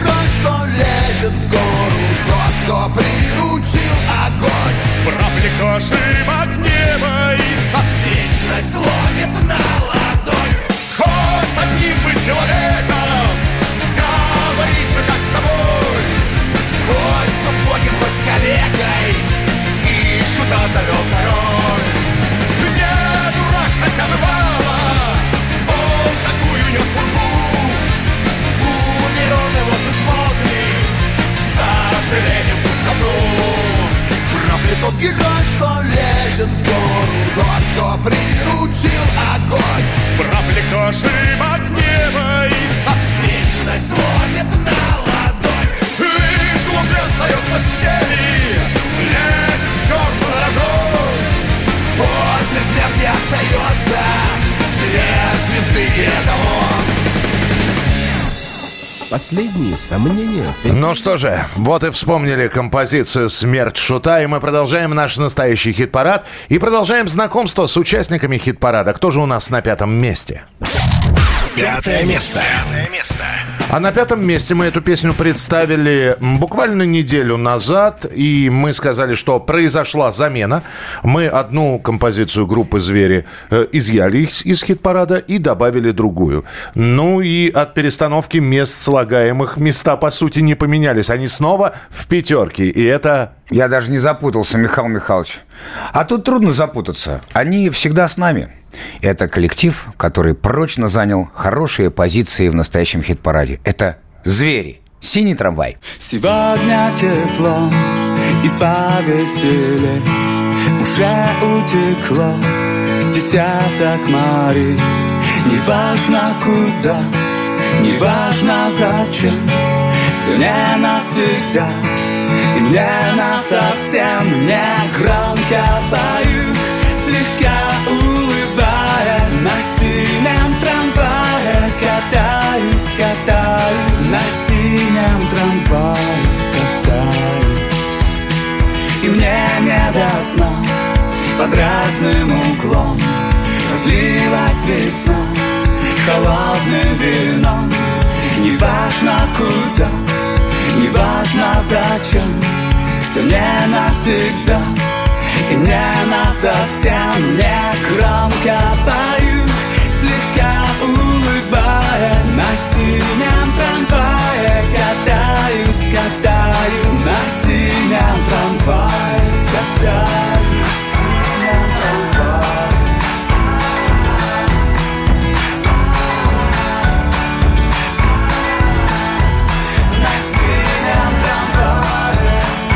герой, что лезет в гору, тот, кто приручил огонь. Прав ли, кто ошибок не боится, вечность ломит на ладонь. Хоть с одним бы человеком, говорить бы как с собой, хоть с убогим, хоть с калекой, и шута завел король. Не дурак, хотя бывало, он такую нес пургу. У Мирона вот мы смотрим, с сожалением в пустоту. Прав ли тот герой, что лезет в гору, тот, кто приручил огонь. Прав ли, кто ошибок не боится, вечность ломит на ладонь. Лишь глупец встает с постели, лезет в черту на рожон. После смерти остается след звезды, и это он. Последние сомнения. Ну что же, вот и вспомнили композицию «Смерть шута», и мы продолжаем наш настоящий хит-парад. И продолжаем знакомство с участниками хит-парада. Кто же у нас на 5-м месте? 5-е место. А на 5-м месте мы эту песню представили буквально неделю назад, и мы сказали, что произошла замена. Мы одну композицию группы «Звери» изъяли из хит-парада и добавили другую. Ну и от перестановки мест слагаемых места, по сути, не поменялись. Они снова в 5-ке, и это... Я даже не запутался, Михаил Михайлович. А тут трудно запутаться. Они всегда с нами. Это коллектив, который прочно занял хорошие позиции в настоящем хит-параде. Это «Звери». «Синий трамвай». Сегодня тепло и повеселее, уже утекло с десяток морей. Неважно куда, неважно зачем, все не навсегда и не насовсем. Не громко пою, слегка улыбаясь, на синем трамвае катаюсь. На синем трамвае катаюсь. И мне не до сна, под разным углом разлилась весна холодным вином. Неважно куда, неважно зачем, все не навсегда и не насовсем. Не громко пою, слегка улыбаясь, на синем трамвае катаюсь. На синем трамвае катаюсь. На синем трамвае. На синем трамвае.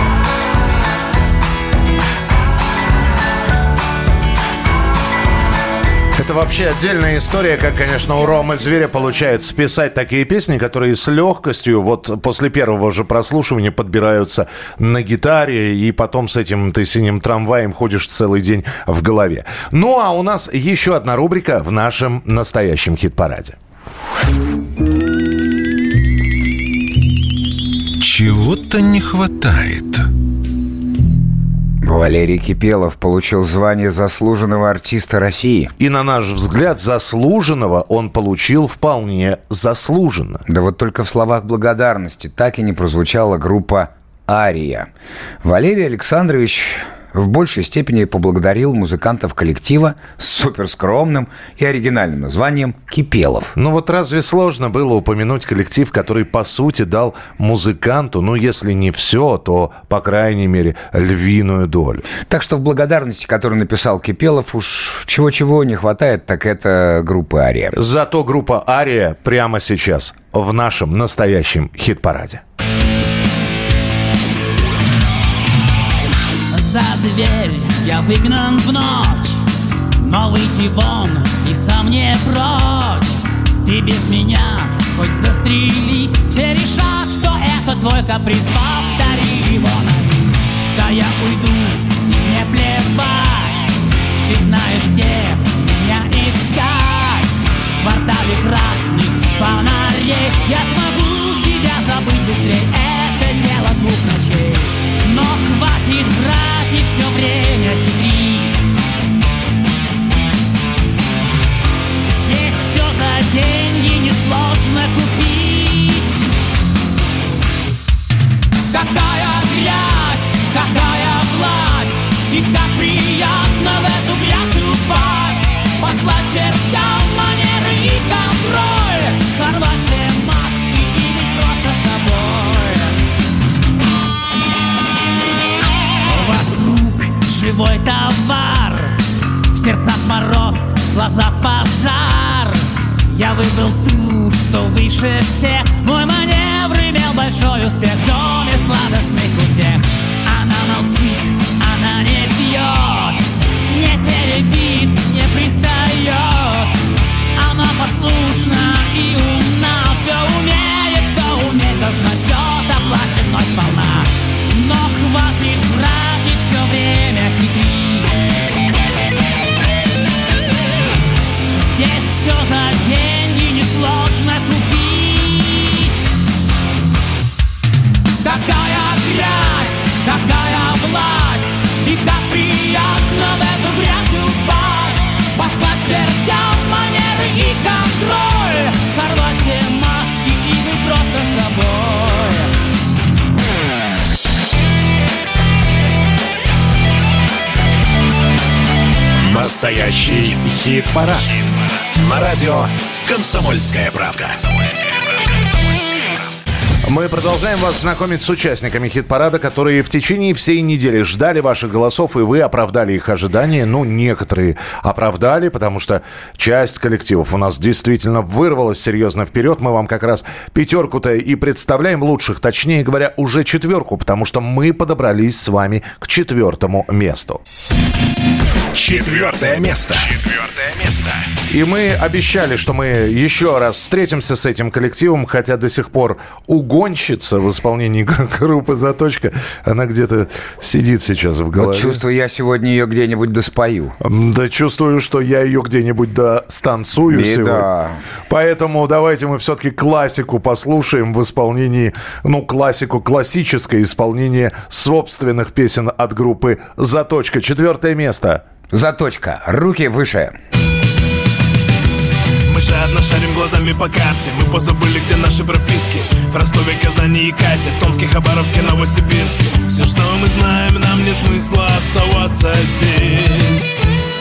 Это вообще отдельная история, как, конечно, у Ромы Зверя получается писать такие песни, которые с легкостью, вот после первого же прослушивания подбираются на гитаре, и потом с этим ты синим трамваем ходишь целый день в голове. Ну, а у нас еще одна рубрика в нашем настоящем хит-параде. Чего-то не хватает. Валерий Кипелов получил звание заслуженного артиста России. И, на наш взгляд, заслуженного он получил вполне заслуженно. Да вот только в словах благодарности так и не прозвучала группа «Ария». Валерий Александрович в большей степени поблагодарил музыкантов коллектива с суперскромным и оригинальным названием «Кипелов». Ну вот разве сложно было упомянуть коллектив, который, по сути, дал музыканту, ну если не все, то, по крайней мере, львиную долю. Так что в благодарности, которую написал Кипелов, уж чего-чего не хватает, так это группа «Ария». Зато группа «Ария» прямо сейчас в нашем настоящем хит-параде. За дверь я выгнан в ночь, но выйти вон и сам не прочь. Ты без меня хоть застрелись, все решат, что это твой каприз. Повтори его на бис, да я уйду, и мне плевать. Ты знаешь, где меня искать. В квартале красных фонарей я смогу тебя забыть быстрее. Это дело 2 ночей. Но хватит врать и все время хитрить. Здесь все за деньги несложно купить. Какая грязь, какая власть, и как приятно в эту грязь упасть. Послать чертям манеры и контроль, сорвать все маски и быть просто собой. Вокруг живой товар, в сердцах мороз, в глазах пожар. Я выбрал ту, что выше всех. Мой маневр имел большой успех в доме сладостных утех. Она молчит, она не пьет, не теребит, не пристает. Она послушна и умна, все умеет, что уметь должна. Счет оплачен вновь сполна. Но хватит врать и все время хитрить. Здесь все за деньги несложно купить. Какая грязь, какая власть, и как приятно в эту грязь упасть. Послать чертям манеры и контроль, сорвать все маски и быть просто собой. Настоящий хит-парад. На радио «Комсомольская правда». Мы продолжаем вас знакомить с участниками хит-парада, которые в течение всей недели ждали ваших голосов, и вы оправдали их ожидания. Ну, некоторые оправдали, потому что часть коллективов у нас действительно вырвалась серьезно вперед. Мы вам как раз пятерку-то и представляем лучших, точнее говоря, уже четверку, потому что мы подобрались с вами к 4-му месту. 4-е место. 4-е место. И мы обещали, что мы еще раз встретимся с этим коллективом, хотя до сих пор угонщица в исполнении группы «Заточка», она где-то сидит сейчас в голове. Вот чувствую, я сегодня ее где-нибудь доспою. Да чувствую, что я ее где-нибудь достанцую сегодня. Поэтому давайте мы все-таки классику послушаем в исполнении, классику, классическое исполнение собственных песен от группы «Заточка». 4-е место. «Заточка». Руки выше. Мы жадно шарим глазами по карте. Мы позабыли, где наши прописки. В Ростове, Казани и Кате, Томске, Хабаровске, Новосибирске. Все, что мы знаем, нам нет смысла оставаться здесь.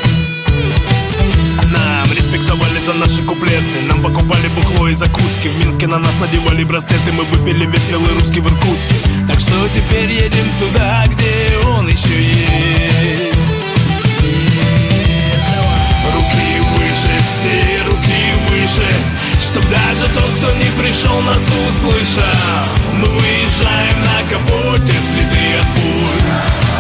Нам респектовали за наши куплеты, нам покупали бухло и закуски. В Минске на нас надевали браслеты, мы выпили весь белый русский в Иркутске. Так что теперь едем туда, где он еще есть. Руки выше, все руки выше, чтоб даже тот, кто не пришел, нас услышал. Мы выезжаем на капоте, следы от пуль.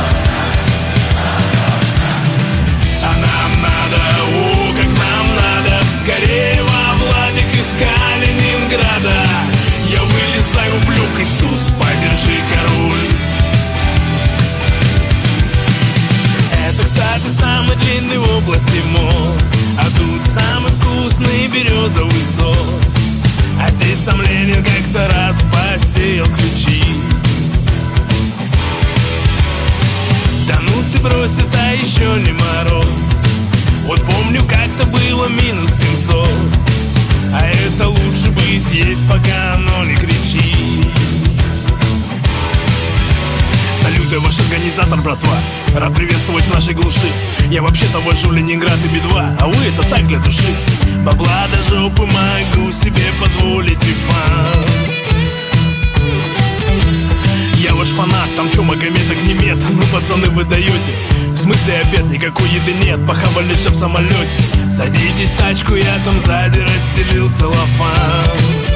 А нам надо, как нам надо, скорее во Владик из Калининграда. Я вылезаю в люк, Иисус, подержи, король. Это, кстати, самый длинный в области мост, а тут самый вкусный березовый сок. А здесь сам Ленин как-то раз посеял ключи. Да ну ты брось, это еще не мороз. Вот помню, как-то было минус 700, а это лучше бы съесть, пока оно не кричит. Салюты, ваш организатор, братва. Рад приветствовать в нашей глуши. Я вообще-то вожу Ленинград и Би-2, а вы это так для души. Бабла до жопы могу себе позволить бифан. Я ваш фанат, там чё, Магомед, огнемет. Ну, пацаны, вы даете. В смысле обед, никакой еды нет. Похавали же в самолете. Садитесь в тачку, я там сзади расстелил целлофан.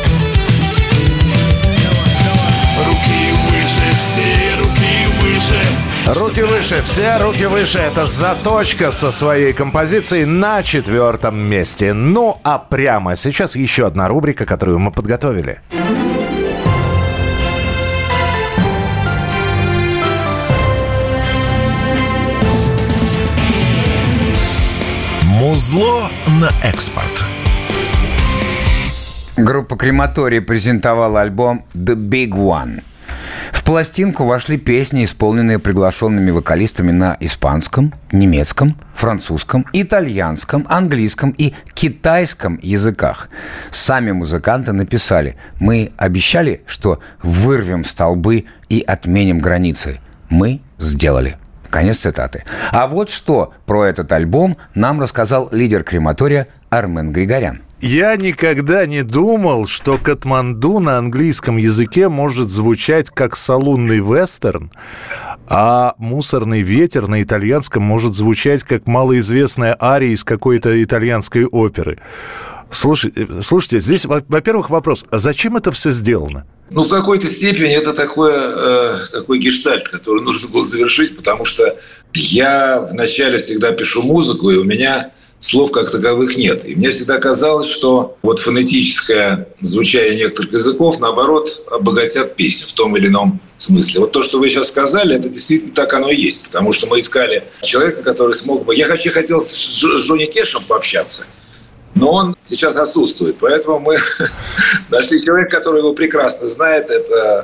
Руки выше, все руки выше. Руки выше, все руки выше. Это «Заточка» со своей композицией на 4-м месте. Ну, а прямо сейчас еще одна рубрика, которую мы подготовили. Музло на экспорт. Группа «Крематорий» презентовала альбом «The Big One». В пластинку вошли песни, исполненные приглашенными вокалистами на испанском, немецком, французском, итальянском, английском и китайском языках. Сами музыканты написали: «Мы обещали, что вырвем столбы и отменим границы. Мы сделали». Конец цитаты. А вот что про этот альбом нам рассказал лидер крематория Армен Григорян. Я никогда не думал, что Катманду на английском языке может звучать как салунный вестерн, а «Мусорный ветер» на итальянском может звучать как малоизвестная ария из какой-то итальянской оперы. Слушайте, здесь, во-первых, вопрос: а зачем это все сделано? Ну, в какой-то степени это такой гештальт, который нужно было завершить, потому что я вначале всегда пишу музыку, и у меня слов как таковых нет. И мне всегда казалось, что вот фонетическое звучание некоторых языков, наоборот, обогатят песню в том или ином смысле. Вот то, что вы сейчас сказали, это действительно так оно и есть. Потому что мы искали человека, который смог бы... Я вообще хотел с Джонни Кэшем пообщаться, но он сейчас отсутствует. Поэтому мы нашли человека, который его прекрасно знает. Это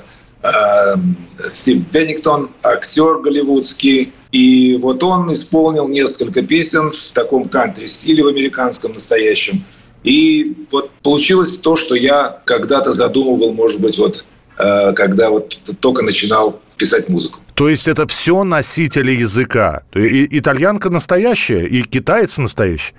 Стив Беннингтон, актер голливудский. И вот он исполнил несколько песен в таком кантри-стиле, в американском настоящем. И вот получилось то, что я когда-то задумывал, может быть, вот когда вот только начинал писать музыку. То есть это все носители языка? И итальянка настоящая, и китаец настоящий?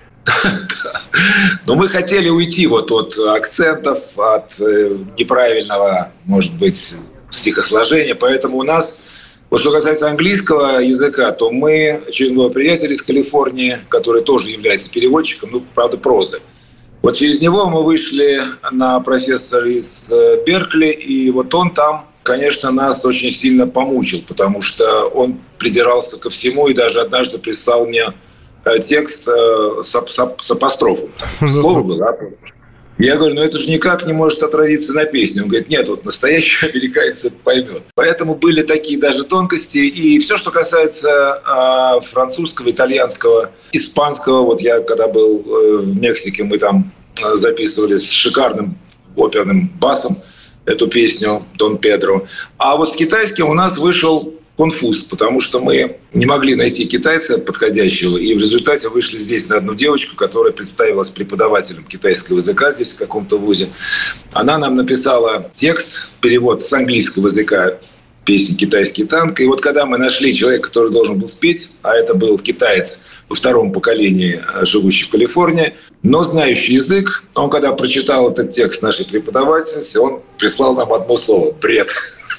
Но мы хотели уйти вот от акцентов, от неправильного, может быть, стихосложения. Поэтому у нас... Вот что касается английского языка, то мы через моего приятеля из Калифорнии, который тоже является переводчиком, ну, правда, прозы. Вот через него мы вышли на профессора из Беркли, и вот он там, конечно, нас очень сильно помучил, потому что он придирался ко всему и даже однажды прислал мне текст с апострофом. Слово было. Я говорю, ну это же никак не может отразиться на песне. Он говорит, нет, вот настоящий американец это поймет. Поэтому были такие даже тонкости. И все, что касается французского, итальянского, испанского. Вот я когда был в Мексике, мы там записывали с шикарным оперным басом эту песню «Дон Педро». А вот с китайским у нас вышел конфуз, потому что мы не могли найти китайца подходящего, и в результате вышли здесь на одну девочку, которая представилась преподавателем китайского языка здесь в каком-то вузе. Она нам написала текст, перевод с английского языка песни «Китайский танк». И вот когда мы нашли человека, который должен был спеть, а это был китаец во втором поколении, живущий в Калифорнии, но знающий язык, он когда прочитал этот текст нашей преподавательницы, он прислал нам одно слово – «бред».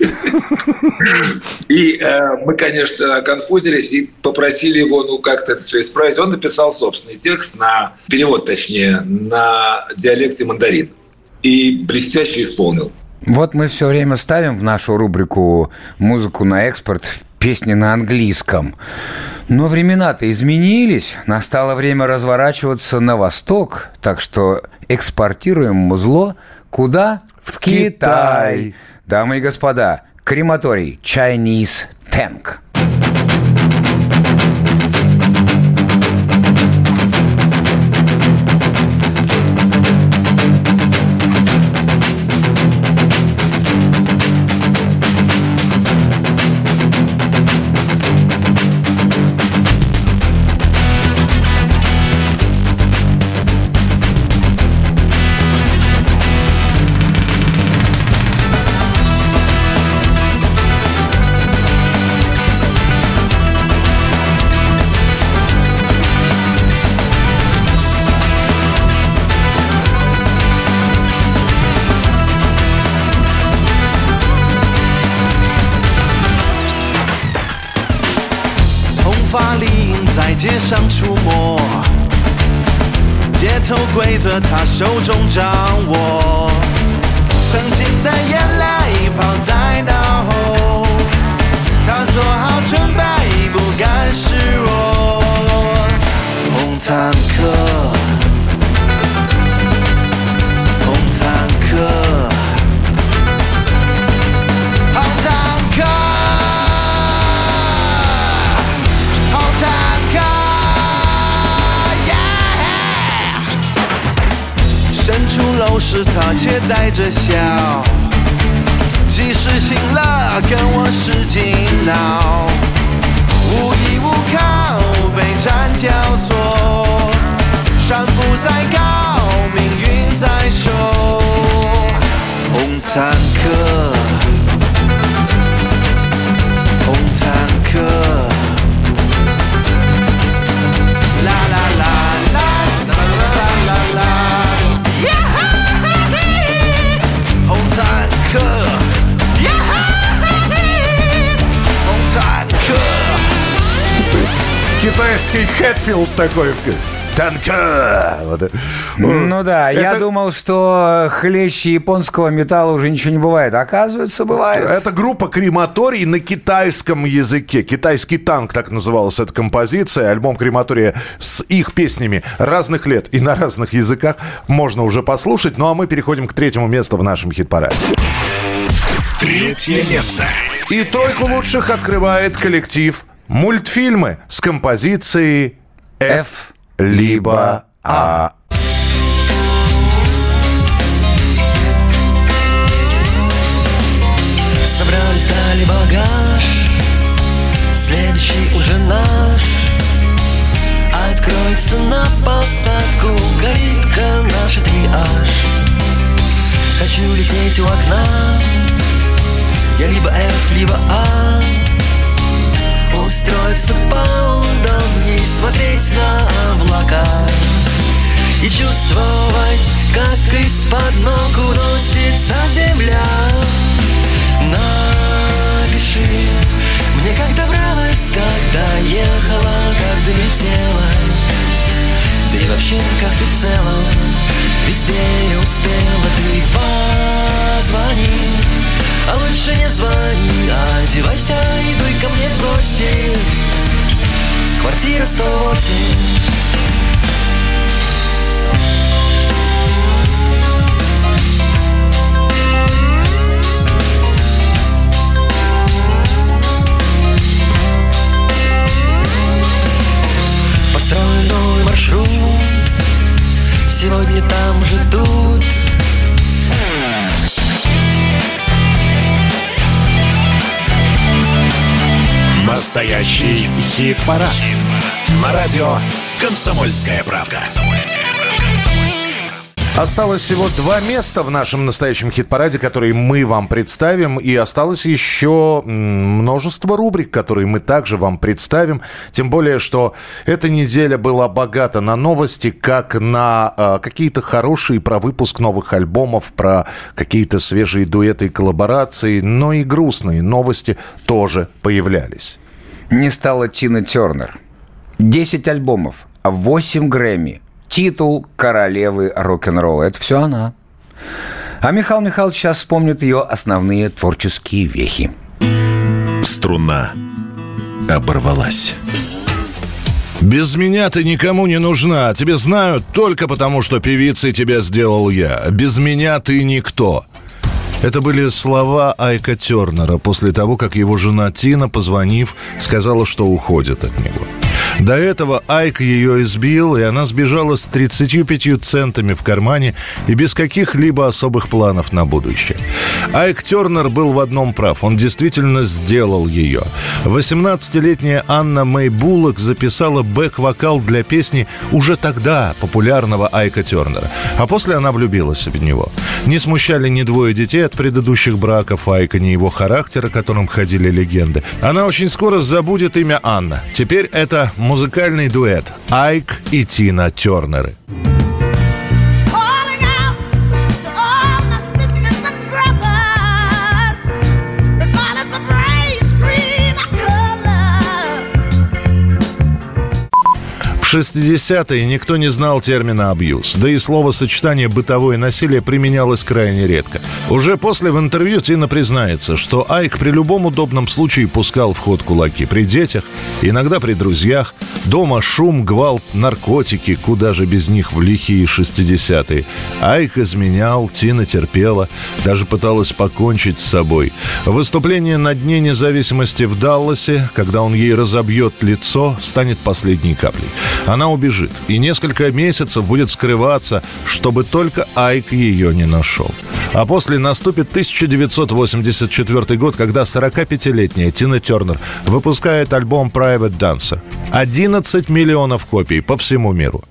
И мы, конечно, конфузились и попросили его, ну, как-то это все исправить. Он написал собственный текст, перевод, точнее, на диалекте мандарин. И блестяще исполнил. Вот мы все время ставим в нашу рубрику «Музыку на экспорт» песни на английском. Но времена-то изменились. Настало время разворачиваться на восток. Так что экспортируем музло куда? В Китай. Дамы и господа, крематорий Chinese Tank. 街上出没，街头规则他手中掌握，曾经的眼泪抛在脑后，他做好准备，不甘示弱。红坦克，红坦克。出楼时他却带着笑，即使醒了跟世纪闹，无依无靠，备战挑唆，山不再高，命运在手。红坦克，红坦克，啦啦啦啦啦啦啦啦，呀哈哈嘿，红坦克，呀哈哈嘿，红坦克。 Китайский Хэтфилд такой. Танка! Ну да, я думал, что хлеще японского металла уже ничего не бывает. Оказывается, бывает. Это группа «Крематорий» на китайском языке. «Китайский танк», так называлась эта композиция. Альбом «Крематория» с их песнями разных лет и на разных языках можно уже послушать. Ну а мы переходим к третьему месту в нашем хит-параде. Третье место. И тройку лучших открывает коллектив «Мультфильмы» с композицией «F» либо «А». Собрали, сдали багаж, следующий уже наш. Откроется на посадку калитка, наша триаж. Хочу лететь у окна, я либо F, либо А. Устроиться поудобней, смотреть на облака и чувствовать, как из-под ног уносится земля. Напиши мне, как добралась, когда ехала, как долетела, да и вообще, как ты в целом везде успела. Ты позвони, а лучше не звони, одевайся и дуй ко мне в гости. Квартира 108. Построю новый маршрут, сегодня там ждут. Настоящий хит-парад. На радио «Комсомольская правда». Осталось всего 2 места в нашем настоящем хит-параде, которые мы вам представим. И осталось еще множество рубрик, которые мы также вам представим. Тем более, что эта неделя была богата на новости, как на какие-то хорошие про выпуск новых альбомов, про какие-то свежие дуэты и коллаборации. Но и грустные новости тоже появлялись. Не стало Тины Тернер. 10 альбомов, 8 Грэмми. Титул королевы рок-н-ролла. Это все она. А Михаил Михайлович сейчас вспомнит ее основные творческие вехи. Струна оборвалась. Без меня ты никому не нужна. Тебя знают только потому, что певицей тебя сделал я. Без меня ты никто. Это были слова Айка Тернера после того, как его жена Тина, позвонив, сказала, что уходит от него. До этого Айк ее избил, и она сбежала с 35 центами в кармане и без каких-либо особых планов на будущее. Айк Тернер был в одном прав. Он действительно сделал ее. 18-летняя Анна Мэй Буллок записала бэк-вокал для песни уже тогда популярного Айка Тернера. А после она влюбилась в него. Не смущали ни двое детей от предыдущих браков Айка, ни его характера, о котором ходили легенды. Она очень скоро забудет имя Анна. Теперь это музыкальный дуэт Айк и Тина Тернеры. В 60-е никто не знал термина «абьюз», да и словосочетание «бытовое насилие» применялось крайне редко. Уже после в интервью Тина признается, что Айк при любом удобном случае пускал в ход кулаки при детях, иногда при друзьях, дома шум, гвалт, наркотики, куда же без них в лихие 60-е. Айк изменял, Тина терпела, даже пыталась покончить с собой. Выступление на Дне независимости в Далласе, когда он ей разобьет лицо, станет последней каплей. Она убежит и несколько месяцев будет скрываться, чтобы только Айк ее не нашел. А после наступит 1984 год, когда 45-летняя Тина Тернер выпускает альбом Private Dancer. 11 миллионов копий по всему миру.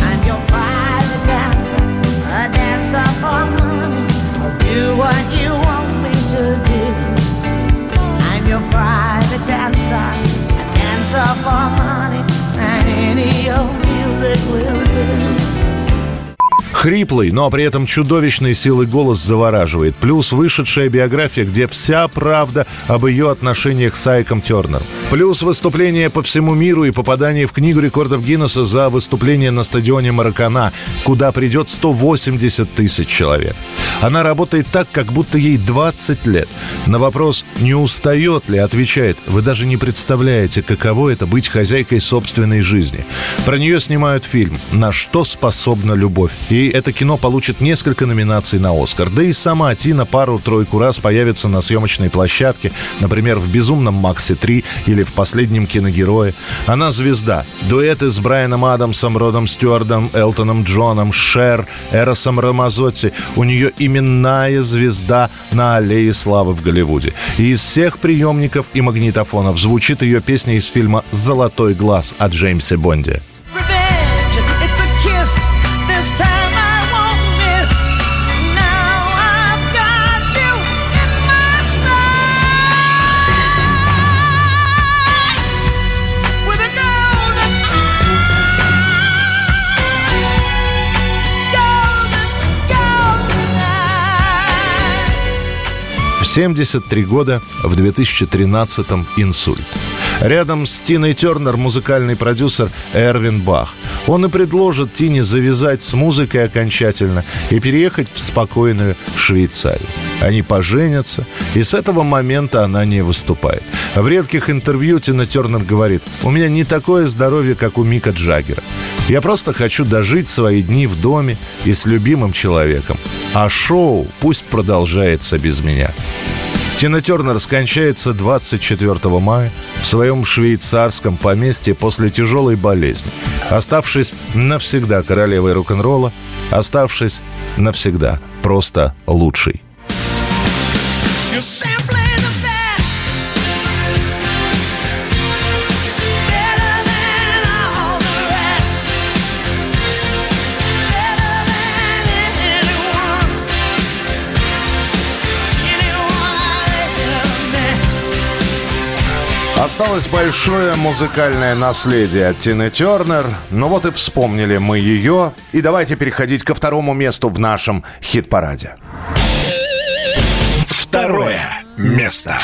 Хриплый, но при этом чудовищной силой голос завораживает. Плюс вышедшая биография, где вся правда об ее отношениях с Айком Тернером. Плюс выступление по всему миру и попадание в Книгу рекордов Гиннесса за выступление на стадионе Маракана, куда придет 180 тысяч человек. Она работает так, как будто ей 20 лет. На вопрос, не устает ли, отвечает: вы даже не представляете, каково это быть хозяйкой собственной жизни. Про нее снимают фильм «На что способна любовь». И это кино получит несколько номинаций на «Оскар». Да и сама Тина пару-тройку раз появится на съемочной площадке, например, в «Безумном Максе 3» или в «Последнем киногерое». Она звезда. Дуэты с Брайаном Адамсом, Родом Стюардом, Элтоном Джоном, Шер, Эросом Рамазотти. У нее именная звезда на аллее славы в Голливуде. И из всех приемников и магнитофонов звучит ее песня из фильма «Золотой глаз» о Джеймсе Бонде. В 73 года, в 2013-м инсульт. Рядом с Тиной Тернер музыкальный продюсер Эрвин Бах. Он и предложит Тине завязать с музыкой окончательно и переехать в спокойную Швейцарию. Они поженятся, и с этого момента она не выступает. В редких интервью Тина Тернер говорит: «У меня не такое здоровье, как у Мика Джаггера. Я просто хочу дожить свои дни в доме и с любимым человеком. А шоу пусть продолжается без меня». Тина Тернер скончается 24 мая в своем швейцарском поместье после тяжелой болезни, оставшись навсегда королевой рок-н-ролла, оставшись навсегда просто лучшей. Осталось большое музыкальное наследие от Тины Тернер. Ну вот и вспомнили мы ее. И давайте переходить ко второму месту в нашем хит-параде. Второе место.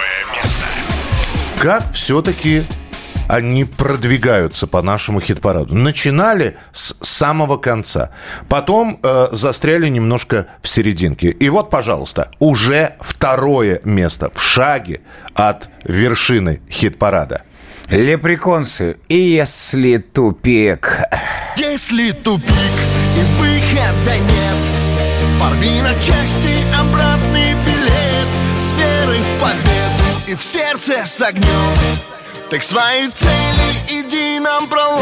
Как все-таки они продвигаются по нашему хит-параду? Начинали с самого конца. Потом застряли немножко в серединке. И вот, пожалуйста, уже второе место в шаге от вершины хит-парада. Лепреконсы. И если тупик. Если тупик и выхода нет, порви на части обратный билет с верой в победу и в сердце с огнем. Ты к своей цели иди напролом.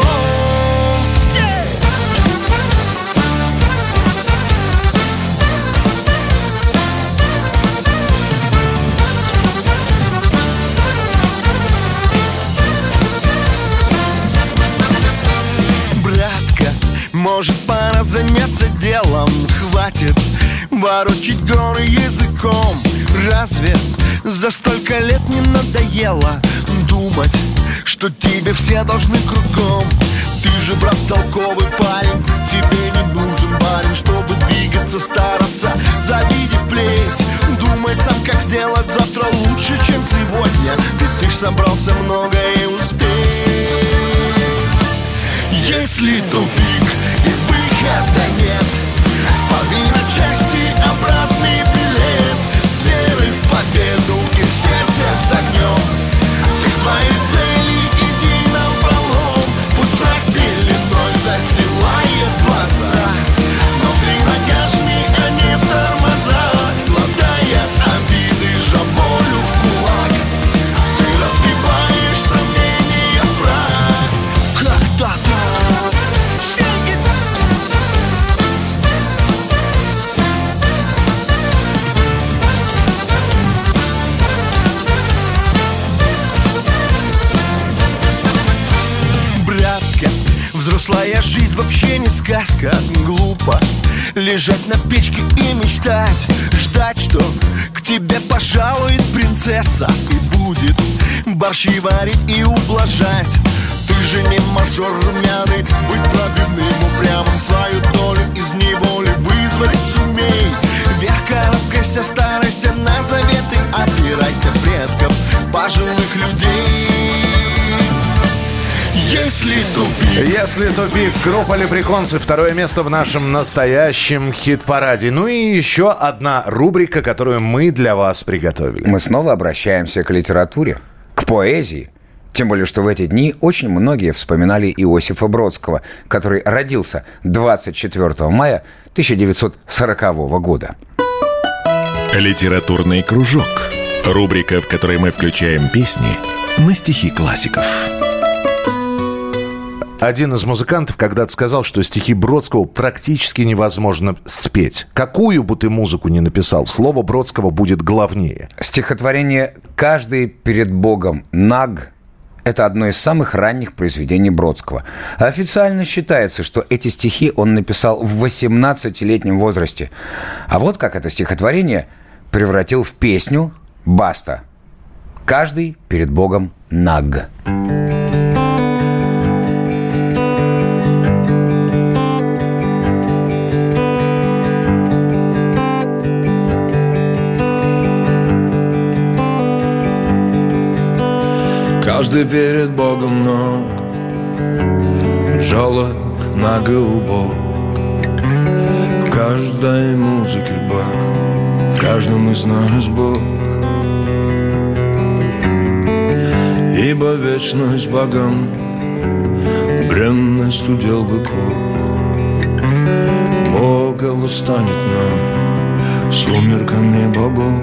Братка, может, пора заняться делом. Хватит ворочить горы языком. Разве за столько лет не надоело думать, что тебе все должны кругом? Ты же, брат, толковый парень, тебе не нужен барин, чтобы двигаться, стараться, завидев плеть. Думай сам, как сделать завтра лучше, чем сегодня, ведь ты ж собрался многое успеть. Если тупик и выхода нет, порви на части обратный билет с верой в победу и в сердце с огнем. Ты к своей цели иди напролом. Пусть страх пеленой застилает глаза, но ты нагажми, а не в тормоза. Глотая обиды, жав волю в кулак, ты разбиваешь сомнения в прах. Как-то так, взрослая жизнь вообще не сказка. Глупо лежать на печке и мечтать, ждать, что к тебе пожалует принцесса и будет борщи варить и ублажать. Ты же не мажор румяный, быть пробивным, упрямым, свою долю из неволи вызволить сумей. Вверх карабкайся, старайся на заветы, опирайся предков пожилых людей. Если тупик, группа Леприконсы, второе место в нашем настоящем хит-параде. Ну и еще одна рубрика, которую мы для вас приготовили. Мы снова обращаемся к литературе, к поэзии. Тем более, что в эти дни очень многие вспоминали Иосифа Бродского, который родился 24 мая 1940 года. Литературный кружок. Рубрика, в которой мы включаем песни на стихи классиков. Один из музыкантов когда-то сказал, что стихи Бродского практически невозможно спеть. Какую бы ты музыку ни написал, слово Бродского будет главнее. Стихотворение «Каждый перед Богом наг» — это одно из самых ранних произведений Бродского. Официально считается, что эти стихи он написал в 18-летнем возрасте. А вот как это стихотворение превратил в песню Баста. «Каждый перед Богом наг». Каждый перед Богом ног, жалок, наг и убог. В каждой музыке Бог, в каждом из нас Бог. Ибо вечность богам, бренность удел быков. Бога восстанет нам сумерками богов.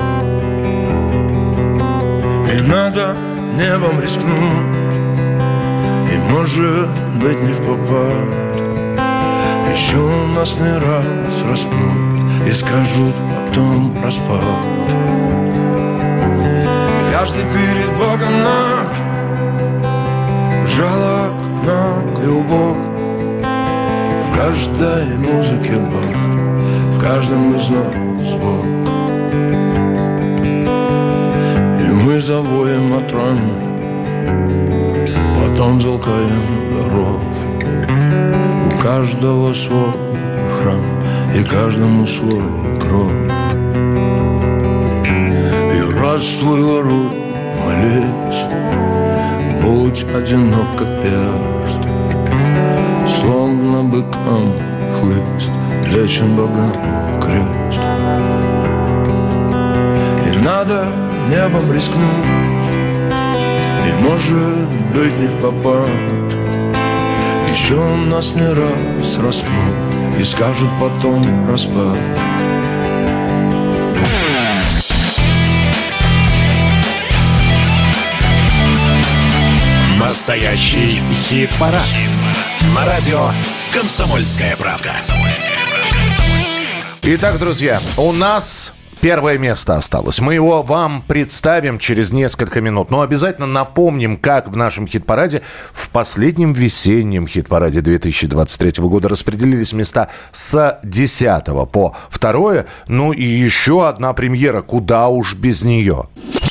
И надо небом рискнуть, и, может быть, не впопад. Еще нас не раз распнут и скажут, а потом распад. Каждый перед Богом наг, жалок, наг и убог. В каждой музыке Бог, в каждом из нас Бог. Мы завоем от раны, потом залкаем даров. У каждого свой храм и каждому свой гроб. И радствуй, воруй, молись, будь одинок, как перст. Словно быкам хлыст, лечен богам крест. И надо небом рискнуть, и, может быть, не впопад. Еще нас не раз распнут и скажут потом распад. Настоящий хит-парад. На радио «Комсомольская правда». Итак, друзья, у нас первое место осталось. Мы его вам представим через несколько минут. Но обязательно напомним, как в нашем хит-параде, в последнем весеннем хит-параде 2023 года распределились места с 10 по 2. Ну и еще одна премьера. Куда уж без нее.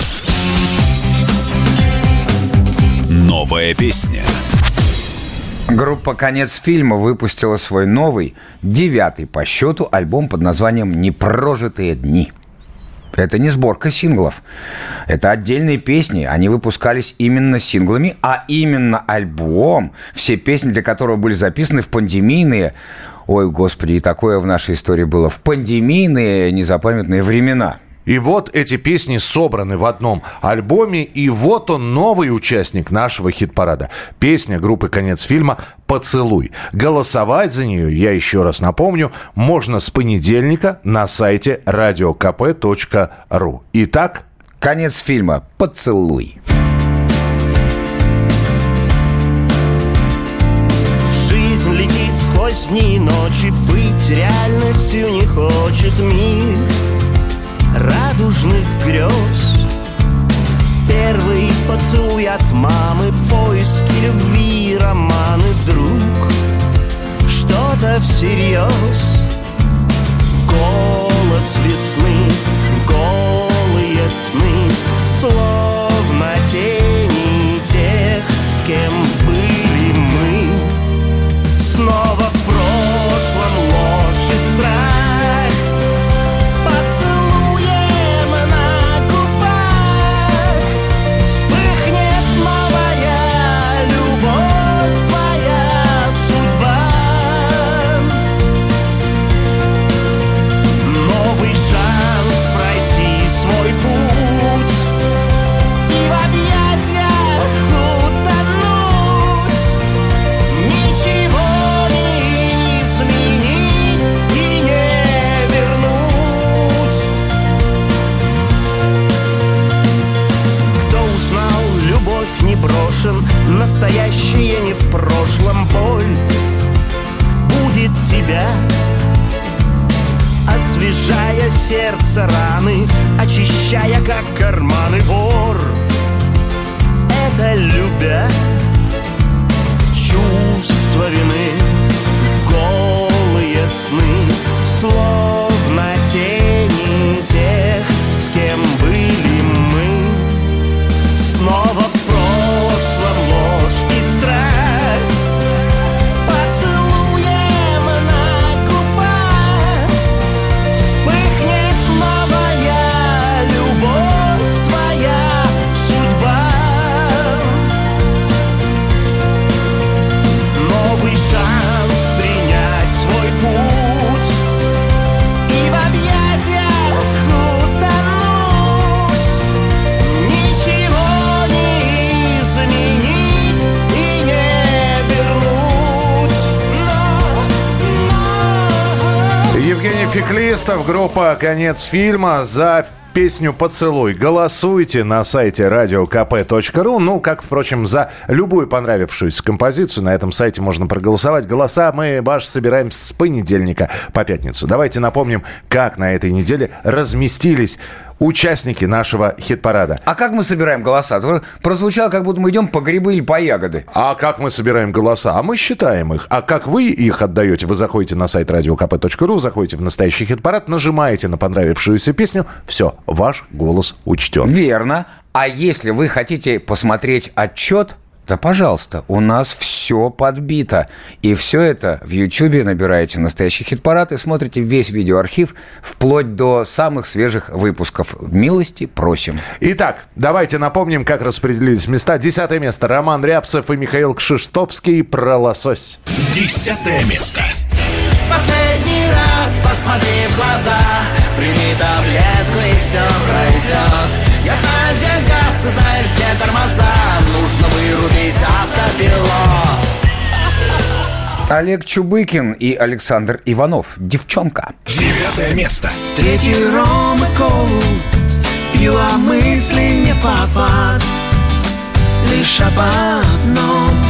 Новая песня. Группа «Конец фильма» выпустила свой новый, 9-й по счету альбом под названием «Непрожитые дни». Это не сборка синглов. Это отдельные песни. Они выпускались именно синглами, а именно альбом, все песни для которого были записаны в пандемийные, ой, господи, и такое в нашей истории было, в пандемийные незапамятные времена. И вот эти песни собраны в одном альбоме, и вот он, новый участник нашего хит-парада. Песня группы «Конец фильма» «Поцелуй». Голосовать за нее, я еще раз напомню, можно с понедельника на сайте radiokp.ru. Итак, «Конец фильма» «Поцелуй». Жизнь летит сквозь дни и ночи, быть реальностью не хочет мир радужных грез. Первый поцелуй от мамы, поиски любви, романы. Вдруг что-то всерьез. Голос весны, голые сны, словно тени тех, с кем были мы. Снова в прошлом ложь и страх, поцелуем на губах вспыхнет новая любовь, твоя судьба. Новый шанс пройти свой путь и в объятиях утонуть. Ничего не изменить и не вернуть. Кто узнал, любовь не брошен, настоящее не в прошлом. Боль будет тебя, освежая сердце раны, очищая, как карманы. Вор — это любя чувство вины, голые сны, словно тени тех, с кем были мы. Снова в прошлом ложь и страх, поцелуем на губах вспыхнет новая любовь, твоя судьба. Новый шанс принять свой путь и в объятиях утонуть. Ничего не изменить и не вернуть. Евгений Феклистов, группа «Конец фильма» за песню «Поцелуй». Голосуйте на сайте radiokp.ru. Ну, как, впрочем, за любую понравившуюся композицию. На этом сайте можно проголосовать. Голоса мы, Баш, собираем с понедельника по пятницу. Давайте напомним, как на этой неделе разместились участники нашего хит-парада. А как мы собираем голоса? Прозвучало, как будто мы идем по грибы или по ягоды. А как мы собираем голоса? А мы считаем их. А как вы их отдаете? Вы заходите на сайт radiokp.ru, заходите в настоящий хит-парад, нажимаете на понравившуюся песню. Все, ваш голос учтен. Верно. А если вы хотите посмотреть отчет, да, пожалуйста, у нас все подбито. И все это в Ютьюбе набираете «Настоящий хит-парад» и смотрите весь видеоархив вплоть до самых свежих выпусков. Милости просим. Итак, давайте напомним, как распределились места. 10 место. Роман Рябцев и Михаил Кшиштовский про лосось. 10 место. Последний раз посмотри в глаза, прими таблетку и все пройдет. Я знаю, где газ, ты знаешь, где тормоза, нужно вырубить автопилот. Олег Чубыкин и Александр Иванов. «Девчонка». 9 место. Третий ром и колу пью, а мысли не в попад, лишь об одном.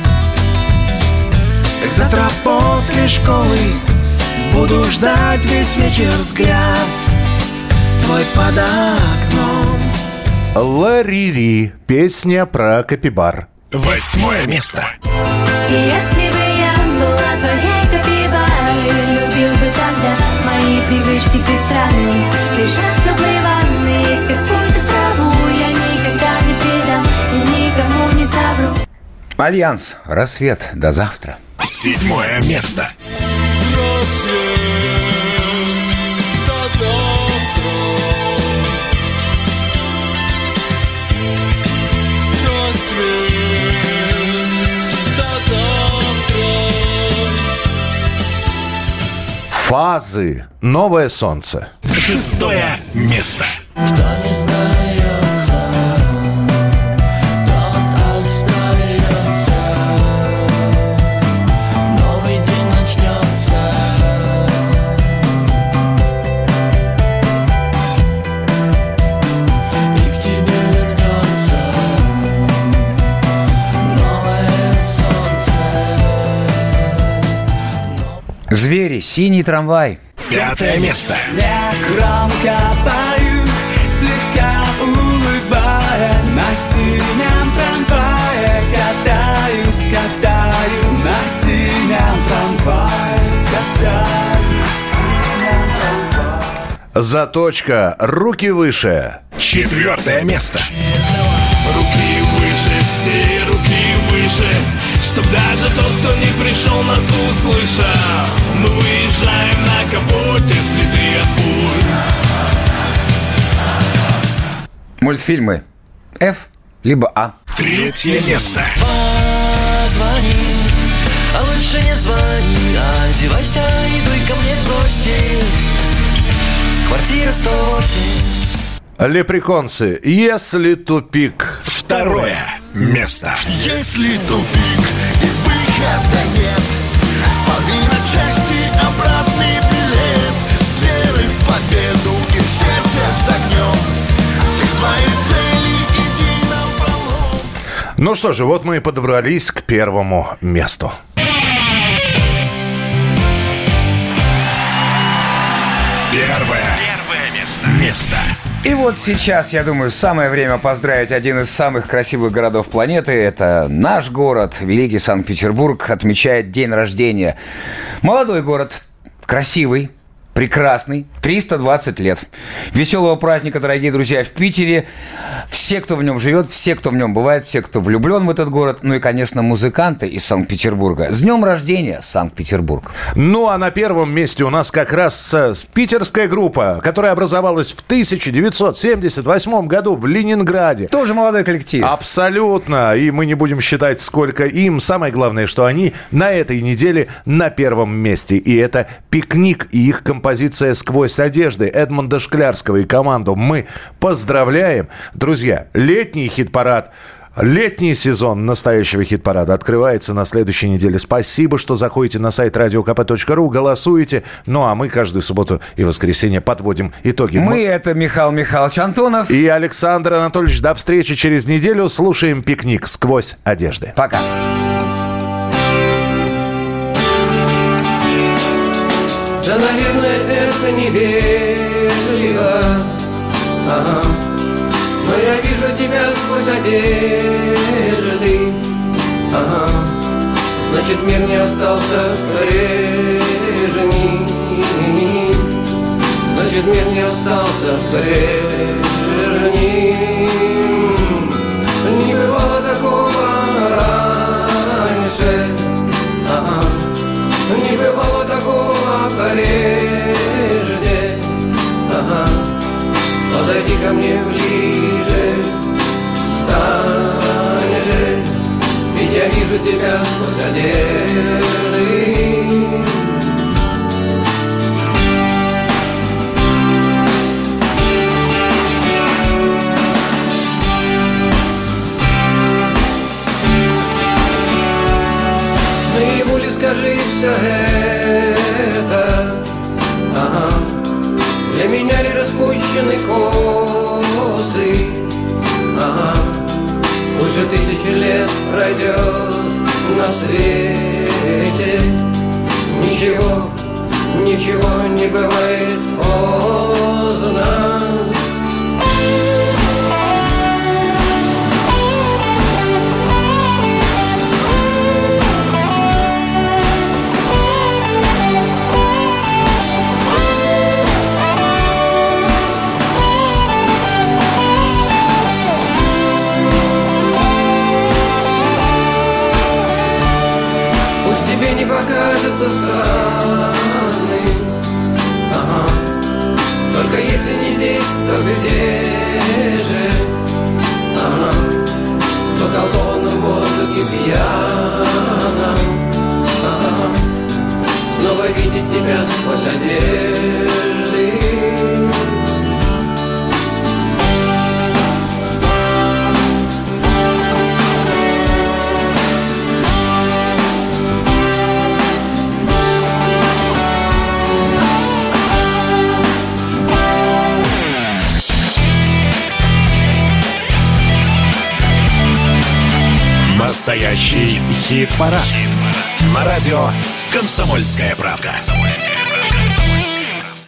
Как завтра после школы буду ждать весь вечер взгляд твой под окном. Ларири. Песня про капибар. 8 место. Если бы я была твоей капибарой, любил бы тогда мои привычки ты странные. Дышать в теплой ванной, есть какую-то траву я никогда не предам и никому не совру. Альянс. «Рассвет». До завтра. 7 место. Фазы. Новое солнце. 6 место. Кто не сдается, тот остается. Новый день начнется. И к тебе вернется новое солнце. «Звери». «Синий трамвай». 5 место. Я громко пою, слегка улыбаясь, на синем Заточка. Руки выше. 4 место. Руки выше, все руки выше, чтоб даже тот, кто не пришел, нас услышал. Мы выезжаем на капоте, следы от пуль. Мультфильмы. F либо А. 3 место. Позвони, а лучше не звони, одевайся и дуй ко мне в гости. Квартира 108. Лепреконсы. Если тупик. 2 место. Если тупик и выхода нет, порви на части обратный билет. С верой в победу и в сердце с огнем. Ты к своей цели иди напролом. Ну что же, вот мы и подобрались к 1 месту. 1 место. И вот сейчас, я думаю, самое время поздравить один из самых красивых городов планеты. Это наш город, великий Санкт-Петербург, отмечает день рождения. Молодой город, красивый, прекрасный, 320 лет. Веселого праздника, дорогие друзья, в Питере. Все, кто в нем живет, все, кто в нем бывает, все, кто влюблен в этот город, ну и, конечно, музыканты из Санкт-Петербурга. С днем рождения, Санкт-Петербург! Ну, а на 1 месте у нас как раз питерская группа, которая образовалась в 1978 году в Ленинграде. Тоже молодой коллектив. Абсолютно. И мы не будем считать, сколько им. Самое главное, что они на этой неделе на 1 месте. И это «Пикник» и их композиция «Сквозь одежды» Эдмунда Шклярского и команду мы поздравляем. Друзья, летний хит-парад, летний сезон настоящего хит-парада открывается на следующей неделе. Спасибо, что заходите на сайт radiokp.ru, голосуете. Ну, а мы каждую субботу и воскресенье подводим итоги. Мы это Михаил Михайлович Антонов и Александр Анатольевич. До встречи через неделю. Слушаем «Пикник» «Сквозь одежды». Пока. Да, наверное, это невежливо, ага. Но я вижу тебя сквозь одежды, ага. Значит, мир не остался прежним. Значит, мир не остался прежним. Не бывало такого раньше, ага. Не бывало такого прежде, ага. Подойди ко мне ближе, стань же, ведь я вижу тебя сквозь одежды. Наяву ли скажи все это, ага. Для меня ли распущены косы, ага. Уже 1000 лет пройдет на свете. Ничего, ничего не бывает поздно. Не покажется странным, ага. Только если не здесь, то где же, ага. В холодном воздухе пьяном, ага. Снова видеть тебя сквозь одежды. Настоящий хит-парад. На радио «Комсомольская правда».